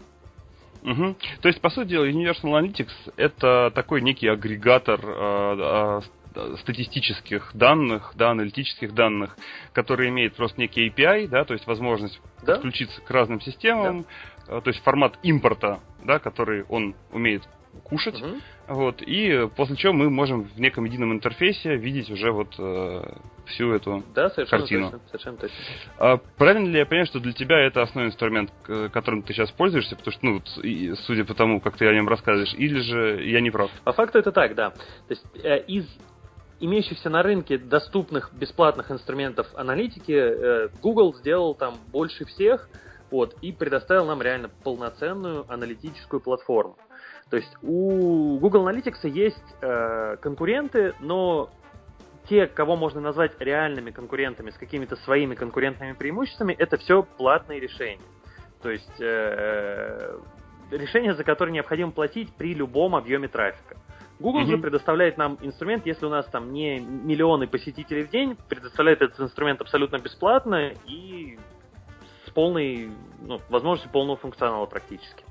То есть, по сути дела, Universal Analytics это такой некий агрегатор статистических данных, да, аналитических данных, который имеет просто некий API, да, то есть возможность подключиться к разным системам, то есть формат импорта, да, который он умеет кушать, вот, и после чего мы можем в неком едином интерфейсе видеть уже вот всю эту картину. Точно, совершенно точно. Правильно ли я понимаю, что для тебя это основной инструмент, которым ты сейчас пользуешься, потому что, ну, судя по тому, как ты о нем рассказываешь, или же я не прав? По факту это так, да. То есть из имеющихся на рынке доступных бесплатных инструментов аналитики Google сделал там больше всех, вот, и предоставил нам реально полноценную аналитическую платформу. То есть у Google Analytics есть конкуренты, но те, кого можно назвать реальными конкурентами с какими-то своими конкурентными преимуществами, это все платные решения. То есть решения, за которые необходимо платить при любом объеме трафика. Google же предоставляет нам инструмент, если у нас там не миллионы посетителей в день, предоставляет этот инструмент абсолютно бесплатно и с полной, возможностью полного функционала практически.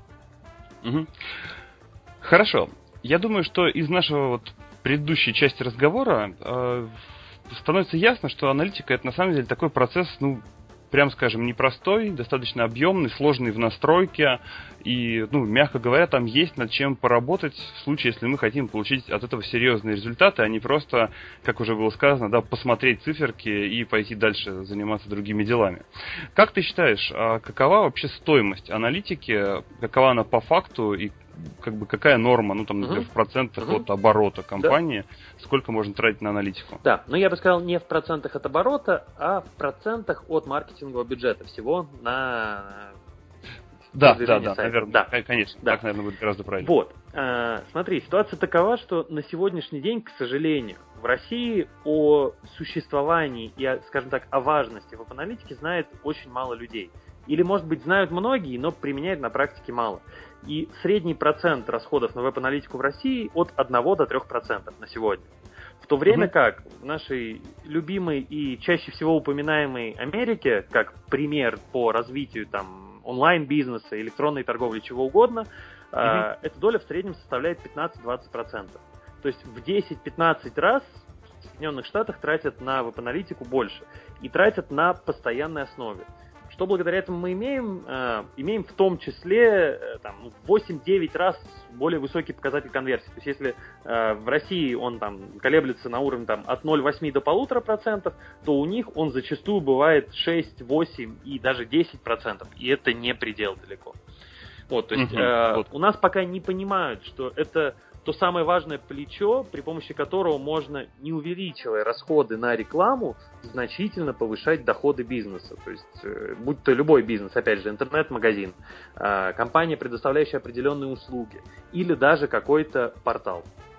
Хорошо. Я думаю, что из нашего вот предыдущей части разговора становится ясно, что аналитика это на самом деле такой процесс, прям скажем, непростой, достаточно объемный, сложный в настройке. И, мягко говоря, там есть над чем поработать в случае, если мы хотим получить от этого серьезные результаты, а не просто, как уже было сказано, посмотреть циферки и пойти дальше заниматься другими делами. Как ты считаешь, какова вообще стоимость аналитики, какова она по факту и как бы какая норма, ну там, например, в процентах от оборота компании, сколько можно тратить на аналитику? Да, но я бы сказал не в процентах от оборота, а в процентах от маркетингового бюджета всего на... Да, наверное, да. Конечно, да. Так, наверное, будет гораздо правильнее. Вот, смотри, ситуация такова, что на сегодняшний день, к сожалению, в России о существовании и, скажем так, о важности веб-аналитики знает очень мало людей. Или, может быть, знают многие, но применяют на практике мало. И средний процент расходов на веб-аналитику в России от 1 до 3% на сегодня. В то время как в нашей любимой и чаще всего упоминаемой Америке, как пример по развитию там онлайн-бизнеса, электронной торговли, чего угодно, эта доля в среднем составляет 15-20%. То есть в 10-15 раз в Соединенных Штатах тратят на веб-аналитику больше. И тратят на постоянной основе. Что благодаря этому мы имеем? Имеем в том числе там, 8-9 раз более высокий показатель конверсии. То есть если в России он там колеблется на уровне там, от 0,8 до 1,5%, то у них он зачастую бывает 6, 8 и даже 10%. И это не предел далеко. Вот, то есть у нас пока не понимают, что это то самое важное плечо, при помощи которого можно, не увеличивая расходы на рекламу, значительно повышать доходы бизнеса. То есть, будь то любой бизнес, опять же, интернет-магазин, компания, предоставляющая определенные услуги, или даже какой-то портал.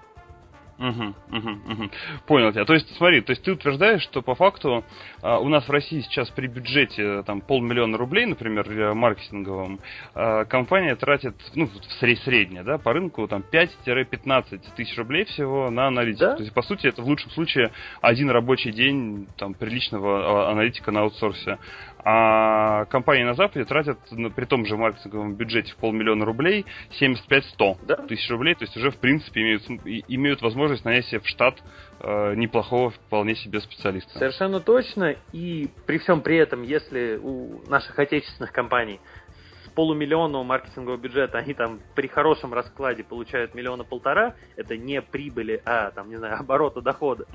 Понял тебя. То есть, смотри, то есть ты утверждаешь, что по факту у нас в России сейчас при бюджете там 500 000 рублей, например, маркетинговом, компания тратит, ну, средняя, да, по рынку там 5-15 тысяч рублей всего на аналитику. Да? То есть, по сути, это в лучшем случае один рабочий день там приличного аналитика на аутсорсе. А компании на Западе тратят при том же маркетинговом бюджете в 500 000 рублей 75-100 тысяч рублей. То есть уже, в принципе, имеют возможность нанять себе в штат неплохого вполне себе специалиста. Совершенно точно. И при всем при этом, если у наших отечественных компаний с полумиллионного маркетингового бюджета они там при хорошем раскладе получают 1,5 миллиона, это не прибыли, а там, не знаю, оборота, дохода,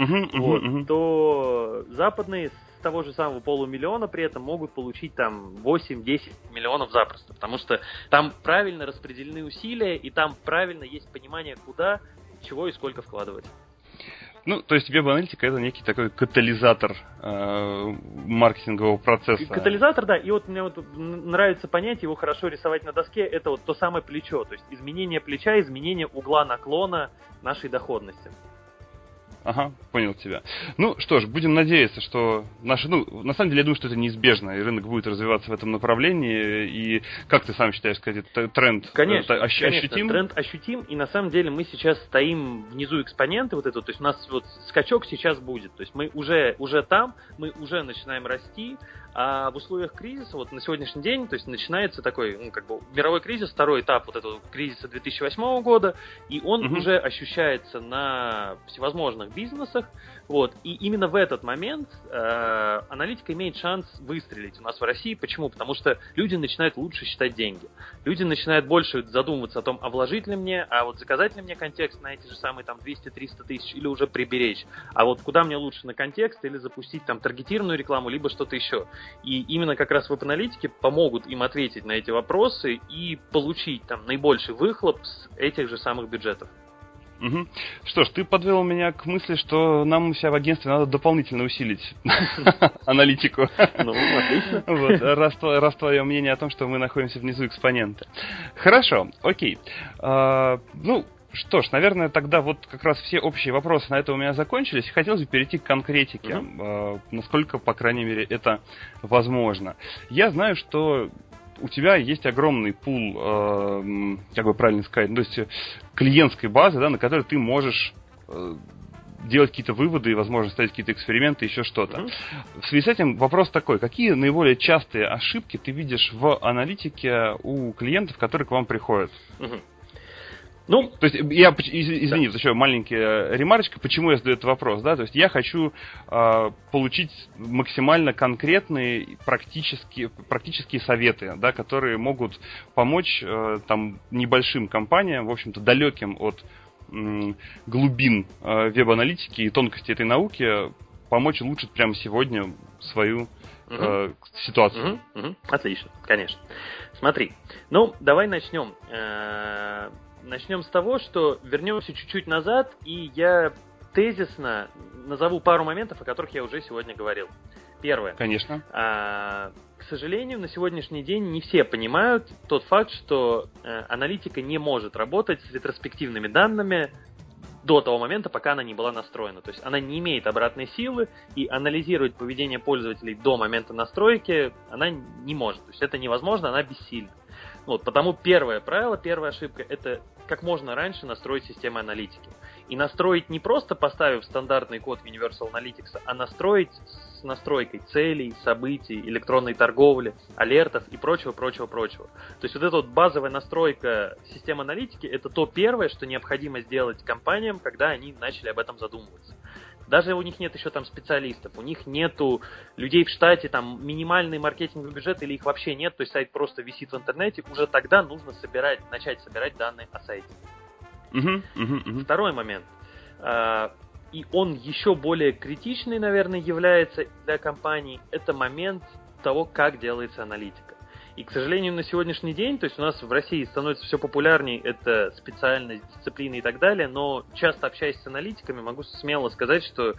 то западные с того же самого 500 000 при этом могут получить там 8-10 миллионов запросто, потому что там правильно распределены усилия, и там правильно есть понимание, куда, чего и сколько вкладывать. Ну, то есть веб-аналитика — это некий такой катализатор маркетингового процесса. Катализатор, да, и вот мне вот нравится понятие, его хорошо рисовать на доске, это вот то самое плечо, то есть изменение плеча, изменение угла наклона нашей доходности. Ага, понял тебя. Ну что ж, будем надеяться, что наши, ну, на самом деле, я думаю, что это неизбежно, и рынок будет развиваться в этом направлении, и как ты сам считаешь, сказать, тренд ощутим? Тренд ощутим, и на самом деле мы сейчас стоим внизу экспоненты вот это, то есть у нас вот скачок сейчас будет, то есть мы уже там, мы уже начинаем расти, а в условиях кризиса, вот на сегодняшний день, то есть начинается такой, ну, как бы мировой кризис, второй этап вот этого кризиса 2008 года, и он уже ощущается на всевозможных бизнесах, вот, и именно в этот момент аналитика имеет шанс выстрелить у нас в России. Почему? Потому что люди начинают лучше считать деньги. Люди начинают больше задумываться о том, а вложить ли мне, а вот заказать ли мне контекст на эти же самые там 200-300 тысяч или уже приберечь. А вот куда мне лучше, на контекст или запустить там таргетированную рекламу, либо что-то еще. И именно как раз веб-аналитики помогут им ответить на эти вопросы и получить там наибольший выхлоп с этих же самых бюджетов. Угу. Что ж, ты подвел меня к мысли, что нам у себя в агентстве надо дополнительно усилить аналитику. Ну, отлично. Раз твое мнение о том, что мы находимся внизу экспонента. Хорошо, окей. Ну, что ж, наверное, тогда вот как раз все общие вопросы на это у меня закончились. Хотелось бы перейти к конкретике, насколько, по крайней мере, это возможно. Я знаю, что у тебя есть огромный пул, как бы правильно сказать, то есть клиентской базы, да, на которой ты можешь делать какие-то выводы и, возможно, ставить какие-то эксперименты, еще что-то. В связи с этим вопрос такой: какие наиболее частые ошибки ты видишь в аналитике у клиентов, которые к вам приходят? Ну, то есть, я, извини, да. Еще маленькая ремарочка, почему я задаю этот вопрос, да, то есть я хочу получить максимально конкретные практические советы, да, которые могут помочь там небольшим компаниям, в общем-то, далеким от глубин веб-аналитики и тонкости этой науки, помочь улучшить прямо сегодня свою ситуацию. Отлично, конечно. Смотри, ну, давай начнем. начнем с того, что вернемся чуть-чуть назад, и я тезисно назову пару моментов, о которых я уже сегодня говорил. Первое. Конечно. К сожалению, на сегодняшний день не все понимают тот факт, что аналитика не может работать с ретроспективными данными до того момента, пока она не была настроена. То есть она не имеет обратной силы, и анализировать поведение пользователей до момента настройки она не может. То есть это невозможно, она бессильна. Вот, потому первое правило, первая ошибка – это как можно раньше настроить систему аналитики. И настроить не просто поставив стандартный код в Universal Analytics, а настроить с настройкой целей, событий, электронной торговли, алертов и прочего. То есть вот эта вот базовая настройка системы аналитики – это то первое, что необходимо сделать компаниям, когда они начали об этом задумываться. Даже у них нет еще там специалистов, у них нету людей в штате, там минимальный маркетинговый бюджет или их вообще нет, то есть сайт просто висит в интернете, уже тогда нужно начать собирать данные о сайте. Второй момент. И он еще более критичный, наверное, является для компаний, это момент того, как делается аналитика. И, к сожалению, на сегодняшний день, то есть у нас в России становится все популярнее эта специальность, дисциплина и так далее, но часто общаясь с аналитиками, могу смело сказать, что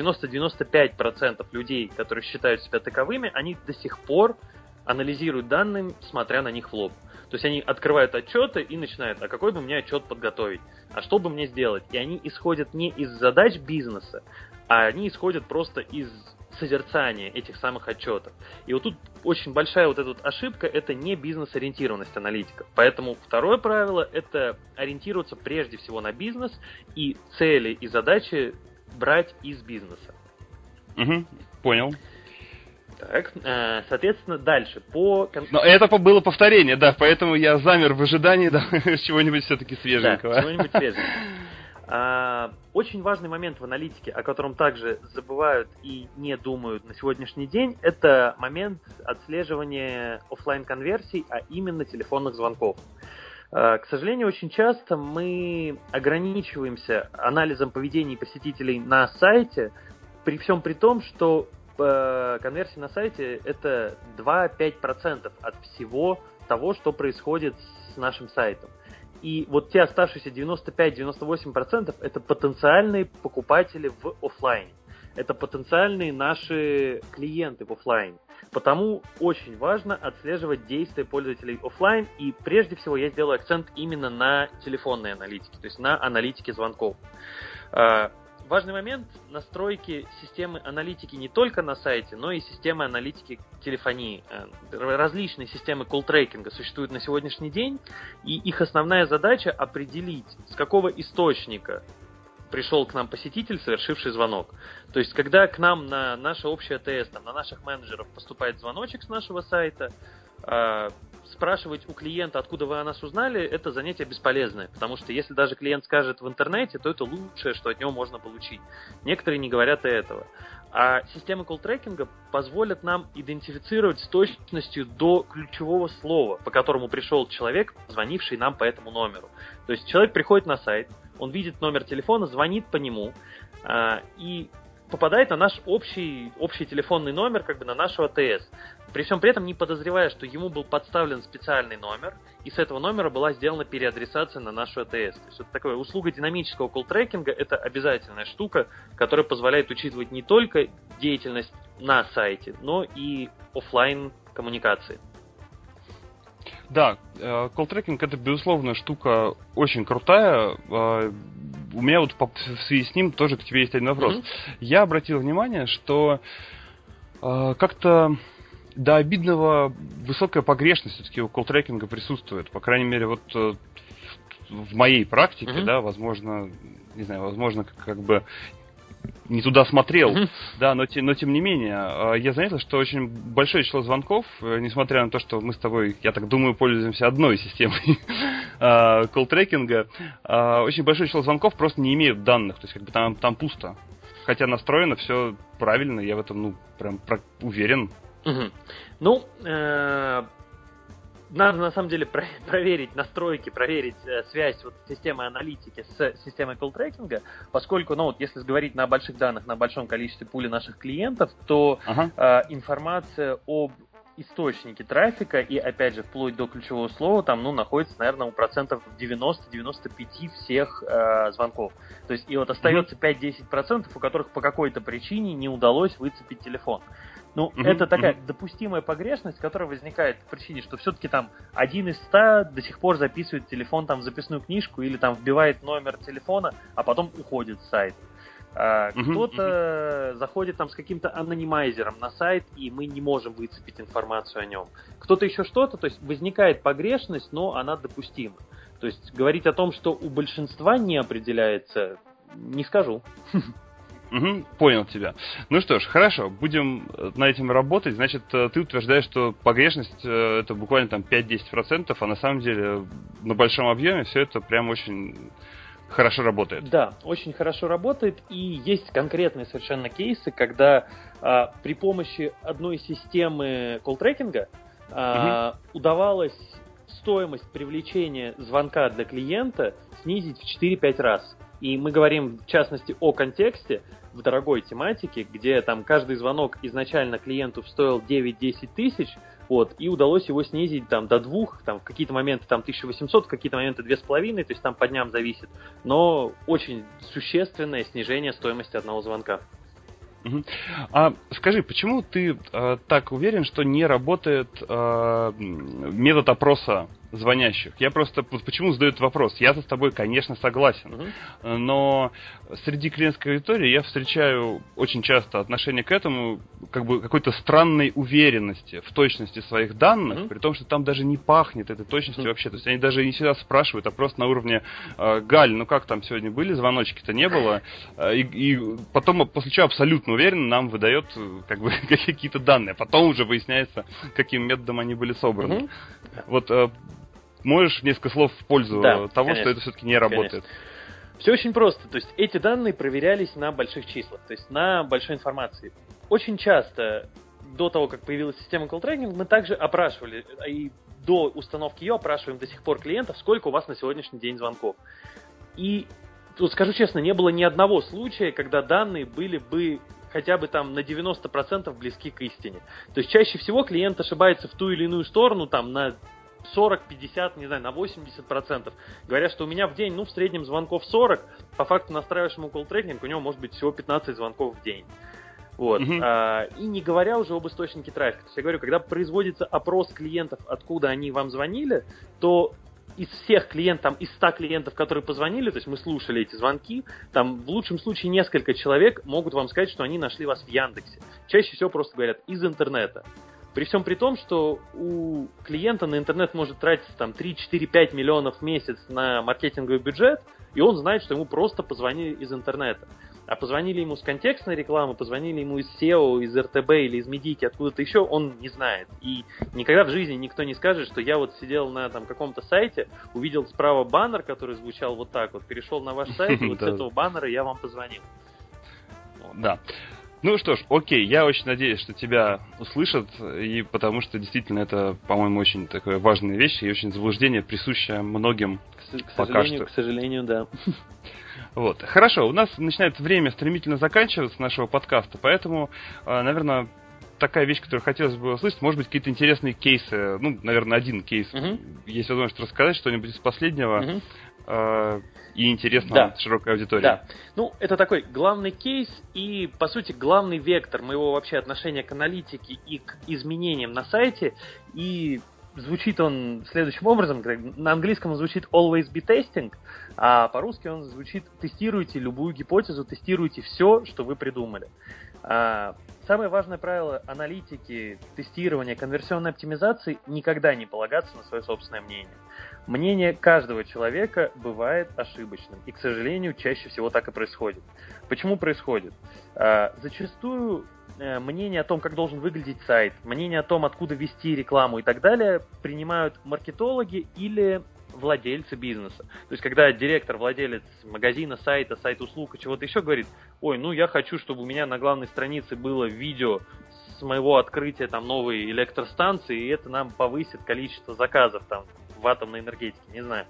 90-95% людей, которые считают себя таковыми, они до сих пор анализируют данные, смотря на них в лоб. То есть они открывают отчеты и начинают, а какой бы мне отчет подготовить, а что бы мне сделать. И они исходят не из задач бизнеса, а они исходят просто из созерцания этих самых отчетов. И вот тут очень большая вот эта вот ошибка, это не бизнес-ориентированность аналитиков. Поэтому второе правило – это ориентироваться прежде всего на бизнес и цели и задачи брать из бизнеса. Понял. Так, соответственно, дальше. Но это было повторение, да, поэтому я замер в ожидании чего-нибудь все-таки свеженького. Да, чего-нибудь свеженького. Очень важный момент в аналитике, о котором также забывают и не думают на сегодняшний день, это момент отслеживания офлайн-конверсий, а именно телефонных звонков. К сожалению, очень часто мы ограничиваемся анализом поведения посетителей на сайте, при всем при том, что конверсии на сайте это 2-5% от всего того, что происходит с нашим сайтом. И вот те оставшиеся 95-98% это потенциальные покупатели в офлайне. Это потенциальные наши клиенты в офлайне. Потому очень важно отслеживать действия пользователей офлайн. И прежде всего я сделаю акцент именно на телефонной аналитике, то есть на аналитике звонков. Важный момент – настройки системы аналитики не только на сайте, но и системы аналитики телефонии. Различные системы колл-трекинга существуют на сегодняшний день, и их основная задача – определить, с какого источника пришел к нам посетитель, совершивший звонок. То есть, когда к нам на наше общее АТС, на наших менеджеров поступает звоночек с нашего сайта, спрашивать у клиента, откуда вы о нас узнали, это занятие бесполезное, потому что если даже клиент скажет в интернете, то это лучшее, что от него можно получить. Некоторые не говорят и этого. А системы колл-трекинга позволят нам идентифицировать с точностью до ключевого слова, по которому пришел человек, звонивший нам по этому номеру. То есть человек приходит на сайт, он видит номер телефона, звонит по нему и попадает на наш общий телефонный номер, как бы на нашу АТС. При всем при этом не подозревая, что ему был подставлен специальный номер, и с этого номера была сделана переадресация на нашу АТС. То есть это такая услуга динамического колл-трекинга, это обязательная штука, которая позволяет учитывать не только деятельность на сайте, но и офлайн коммуникации. Да, колл-трекинг это, безусловно, штука очень крутая. У меня вот в связи с ним тоже к тебе есть один вопрос. Я обратил внимание, что как-то до обидного высокая погрешность все-таки у колл-трекинга присутствует. По крайней мере, вот в моей практике, да, возможно, не знаю, возможно, как бы не туда смотрел, да, но тем не менее, я заметил, что очень большое число звонков, несмотря на то, что мы с тобой, я так думаю, пользуемся одной системой колл-трекинга, очень большое число звонков просто не имеют данных, то есть как бы там пусто. Хотя настроено все правильно, я в этом, прям уверен. Ну, надо на самом деле проверить настройки, проверить связь системы аналитики с системой колл-трекинга, поскольку, если говорить на больших данных, на большом количестве пули наших клиентов, то информация об источники трафика, и опять же, вплоть до ключевого слова, там, находится, наверное, у процентов 90-95 всех звонков. То есть, и вот остается 5-10%, у которых по какой-то причине не удалось выцепить телефон. Это такая допустимая погрешность, которая возникает по причине, что все-таки там 1 из 100 до сих пор записывает телефон там в записную книжку или там вбивает номер телефона, а потом уходит с сайта. Кто-то заходит там с каким-то анонимайзером на сайт, и мы не можем выцепить информацию о нем. Кто-то еще что-то, то есть возникает погрешность, но она допустима. То есть говорить о том, что у большинства не определяется, не скажу. Понял тебя. Ну что ж, хорошо, будем над этим работать. Значит, ты утверждаешь, что погрешность это буквально там 5-10%, а на самом деле на большом объеме все это прям очень хорошо работает. Да, очень хорошо работает, и есть конкретные совершенно кейсы, когда при помощи одной системы колл-трекинга удавалось стоимость привлечения звонка для клиента снизить в 4-5 раз. И мы говорим, в частности, о контексте в дорогой тематике, где там каждый звонок изначально клиенту стоил 9-10 тысяч, и удалось его снизить там до 2, там в какие-то моменты там 1800, в какие-то моменты 2,5, то есть там по дням зависит, но очень существенное снижение стоимости одного звонка. А скажи, почему ты так уверен, что не работает метод опроса звонящих? Я просто почему задаю этот вопрос? Я-то с тобой, конечно, согласен, но среди клиентской аудитории я встречаю очень часто отношение к этому как бы какой-то странной уверенности в точности своих данных, при том, что там даже не пахнет этой точностью вообще. То есть они даже не всегда спрашивают, а просто на уровне Галь, как там сегодня были, звоночки-то не было, и потом, после чего абсолютно уверенно нам выдает как бы какие-то данные, а потом уже выясняется, каким методом они были собраны. Можешь несколько слов в пользу того, конечно, что это все-таки не работает? Конечно. Все очень просто. То есть эти данные проверялись на больших числах, то есть на большой информации. Очень часто, до того, как появилась система колл-трекинга, мы также опрашивали, и до установки ее опрашиваем до сих пор клиентов, сколько у вас на сегодняшний день звонков. И тут, скажу честно, не было ни одного случая, когда данные были бы хотя бы там на 90% близки к истине. То есть чаще всего клиент ошибается в ту или иную сторону, там на 40, 50, не знаю, на 80%. Говорят, что у меня в день, в среднем звонков 40, по факту настраиваешь ему колл-трекинг, у него может быть всего 15 звонков в день. И не говоря уже об источнике трафика. То есть я говорю, когда производится опрос клиентов, откуда они вам звонили, то из всех клиентов, из 100 клиентов, которые позвонили, то есть мы слушали эти звонки, там в лучшем случае несколько человек могут вам сказать, что они нашли вас в Яндексе. Чаще всего просто говорят из интернета. При всем при том, что у клиента на интернет может тратиться там 3-4-5 миллионов в месяц на маркетинговый бюджет, и он знает, что ему просто позвонили из интернета. А позвонили ему с контекстной рекламы, позвонили ему из SEO, из РТБ или из Медики, откуда-то еще, он не знает. И никогда в жизни никто не скажет, что я сидел на каком-то сайте, увидел справа баннер, который звучал вот так вот, перешел на ваш сайт, и с этого баннера я вам позвонил. Да. Ну что ж, окей, я очень надеюсь, что тебя услышат, и потому что действительно это, по-моему, очень такая важная вещь и очень заблуждение, присущее многим пока что. К сожалению, да. Хорошо, у нас начинает время стремительно заканчиваться нашего подкаста, поэтому, наверное, такая вещь, которую хотелось бы услышать, может быть, какие-то интересные кейсы, наверное, один кейс, есть возможность рассказать что-нибудь из последнего, и интересно широкой аудитории. Да. Это такой главный кейс и, по сути, главный вектор моего вообще отношения к аналитике и к изменениям на сайте. И звучит он следующим образом. На английском он звучит always be testing, а по-русски он звучит тестируйте любую гипотезу, тестируйте все, что вы придумали. Самое важное правило аналитики, тестирования, конверсионной оптимизации – никогда не полагаться на свое собственное мнение. Мнение каждого человека бывает ошибочным, и, к сожалению, чаще всего так и происходит. Почему происходит? Зачастую мнение о том, как должен выглядеть сайт, мнение о том, откуда вести рекламу и так далее, принимают маркетологи или владельцы бизнеса. То есть, когда директор, владелец магазина, сайта услуг и чего-то еще говорит, я хочу, чтобы у меня на главной странице было видео с моего открытия новой электростанции, и это нам повысит количество заказов в атомной энергетике, не знаю.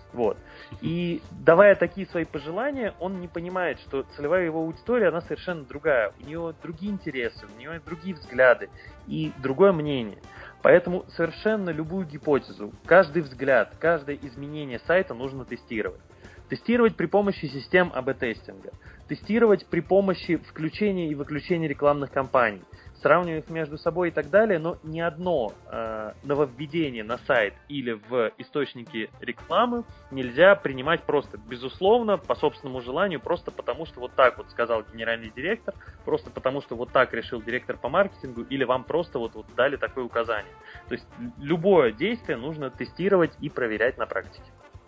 И давая такие свои пожелания, он не понимает, что целевая его аудитория, она совершенно другая. У нее другие интересы, у нее другие взгляды и другое мнение. Поэтому совершенно любую гипотезу, каждый взгляд, каждое изменение сайта нужно тестировать. Тестировать при помощи систем АБ-тестинга. Тестировать при помощи включения и выключения рекламных кампаний. Сравнивать их между собой и так далее, но ни одно нововведение на сайт или в источники рекламы нельзя принимать просто безусловно, по собственному желанию, просто потому что вот так вот сказал генеральный директор, просто потому что вот так решил директор по маркетингу, или вам просто вот дали такое указание. То есть любое действие нужно тестировать и проверять на практике.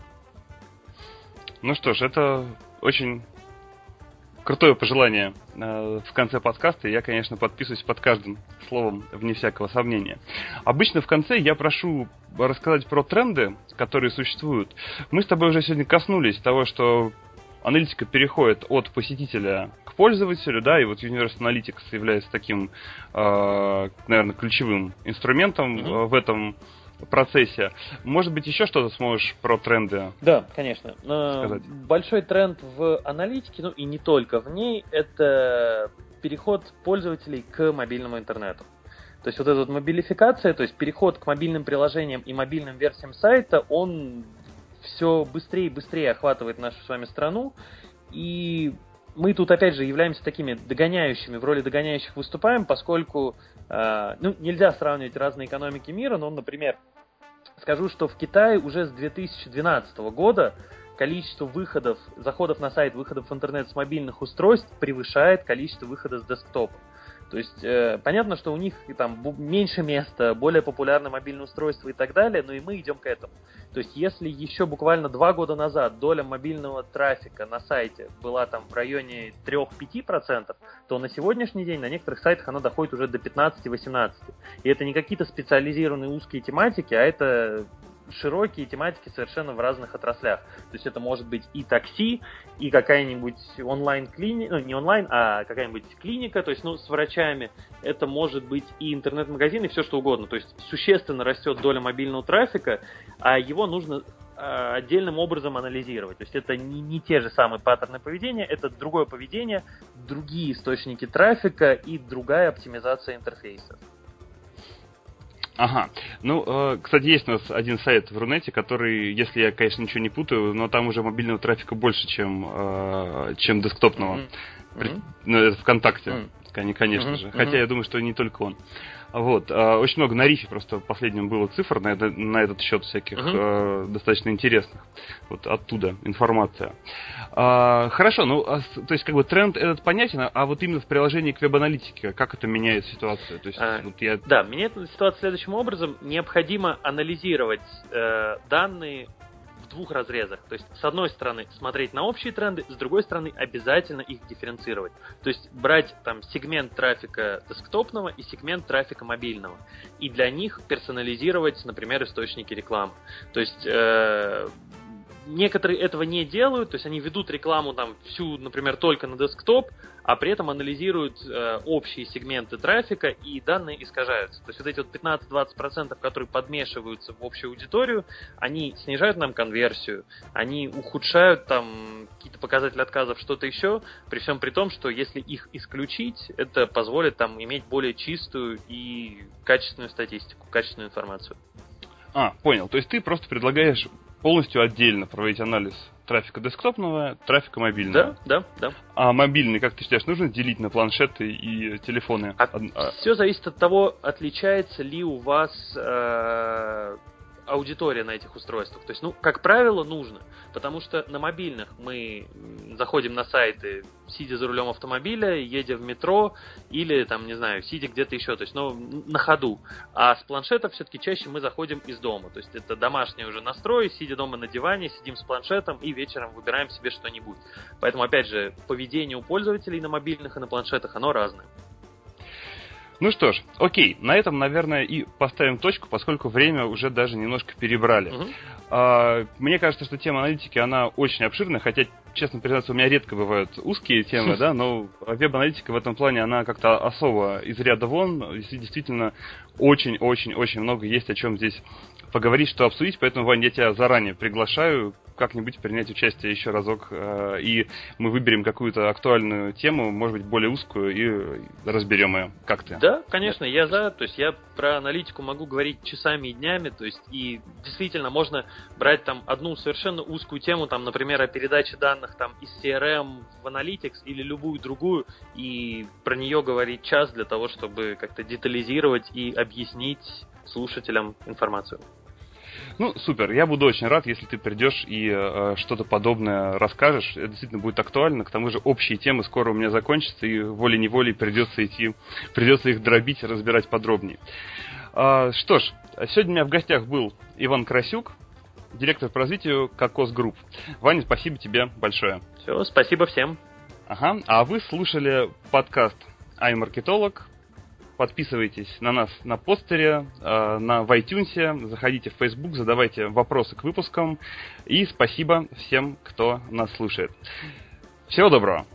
Ну что ж, это очень крутое пожелание в конце подкаста. Я, конечно, подписываюсь под каждым словом, вне всякого сомнения. Обычно в конце я прошу рассказать про тренды, которые существуют. Мы с тобой уже сегодня коснулись того, что аналитика переходит от посетителя к пользователю, да, и вот Universal Analytics является таким, наверное, ключевым инструментом в этом процессе. Может быть, еще что-то сможешь про тренды? Да, конечно. Сказать? Большой тренд в аналитике, ну и не только в ней, это переход пользователей к мобильному интернету. То есть вот эта вот мобилификация, то есть переход к мобильным приложениям и мобильным версиям сайта, он все быстрее и быстрее охватывает нашу с вами страну. И мы тут, опять же, являемся такими догоняющими, в роли догоняющих выступаем, поскольку нельзя сравнивать разные экономики мира, но, например, скажу, что в Китае уже с 2012 года количество заходов на сайт, выходов в интернет с мобильных устройств превышает количество выходов с десктопа. То есть, понятно, что у них там меньше места, более популярны мобильные устройства и так далее, но и мы идем к этому. То есть, если еще буквально 2 года назад доля мобильного трафика на сайте была там в районе 3-5%, то на сегодняшний день на некоторых сайтах она доходит уже до 15-18%. И это не какие-то специализированные узкие тематики, а это широкие тематики совершенно в разных отраслях. То есть это может быть и такси, и какая-нибудь онлайн-клиника, ну не онлайн, а какая-нибудь клиника, то есть с врачами. Это может быть и интернет-магазин, и все что угодно. То есть существенно растет доля мобильного трафика, а его нужно отдельным образом анализировать. То есть это не те же самые паттерны поведения, это другое поведение, другие источники трафика и другая оптимизация интерфейса. Ага. Ну, кстати, есть у нас один сайт в Рунете, который, если я, конечно, ничего не путаю, но там уже мобильного трафика больше, чем десктопного. Ну, это ВКонтакте, конечно же. Хотя я думаю, что не только он. Вот. Очень много на Рифе просто последним было цифр на этот счет всяких достаточно интересных. Вот оттуда информация. Хорошо, ну, то есть, как бы тренд этот понятен, а вот именно в приложении к веб-аналитике, как это меняет ситуацию? То есть, Да, меняет ситуацию следующим образом. Необходимо анализировать данные в 2 разрезах. То есть, с одной стороны, смотреть на общие тренды, с другой стороны, обязательно их дифференцировать. То есть, брать там сегмент трафика десктопного и сегмент трафика мобильного. И для них персонализировать, например, источники рекламы. То есть, некоторые этого не делают, то есть они ведут рекламу там всю, например, только на десктоп, а при этом анализируют общие сегменты трафика, и данные искажаются. То есть вот эти вот 15-20%, которые подмешиваются в общую аудиторию, они снижают нам конверсию, они ухудшают там какие-то показатели отказов, что-то еще, при всем при том, что если их исключить, это позволит там иметь более чистую и качественную статистику, качественную информацию. Понял. То есть ты просто предлагаешь полностью отдельно проводить анализ трафика десктопного, трафика мобильного. Да. А мобильный, как ты считаешь, нужно делить на планшеты и телефоны? Все зависит от того, отличается ли у вас аудитория на этих устройствах. То есть, как правило, нужно. Потому что на мобильных мы заходим на сайты, сидя за рулем автомобиля, едя в метро или, там, не знаю, сидя где-то еще, то есть, на ходу. А с планшетов все-таки чаще мы заходим из дома. То есть, это домашний уже настрой, сидя дома на диване, сидим с планшетом и вечером выбираем себе что-нибудь. Поэтому, опять же, поведение у пользователей на мобильных и на планшетах, оно разное. Ну что ж, окей, на этом, наверное, и поставим точку, поскольку время уже даже немножко перебрали. Мне кажется, что тема аналитики, она очень обширная, хотя, честно признаться, у меня редко бывают узкие темы, да, но веб-аналитика в этом плане, она как-то особо из ряда вон, действительно очень-очень-очень много есть о чем здесь поговорить, что обсудить, поэтому, Вань, я тебя заранее приглашаю как-нибудь принять участие еще разок, и мы выберем какую-то актуальную тему, может быть, более узкую, и разберем ее. Как ты? Да, конечно, я за. То есть я про аналитику могу говорить часами и днями, то есть и действительно можно брать там одну совершенно узкую тему, там, например, о передаче данных там из CRM в Analytics или любую другую, и про нее говорить час для того, чтобы как-то детализировать и объяснить слушателям информацию. Ну, супер. Я буду очень рад, если ты придешь и что-то подобное расскажешь. Это действительно будет актуально. К тому же общие темы скоро у меня закончатся, и волей-неволей придется их дробить и разбирать подробнее. Что ж, сегодня у меня в гостях был Иван Красюк, директор по развитию Кокос Групп. Ваня, спасибо тебе большое. Все, спасибо всем. Ага. А вы слушали подкаст iMarketolog. Подписывайтесь на нас на постере, в iTunes, заходите в Facebook, задавайте вопросы к выпускам. И спасибо всем, кто нас слушает. Всего доброго!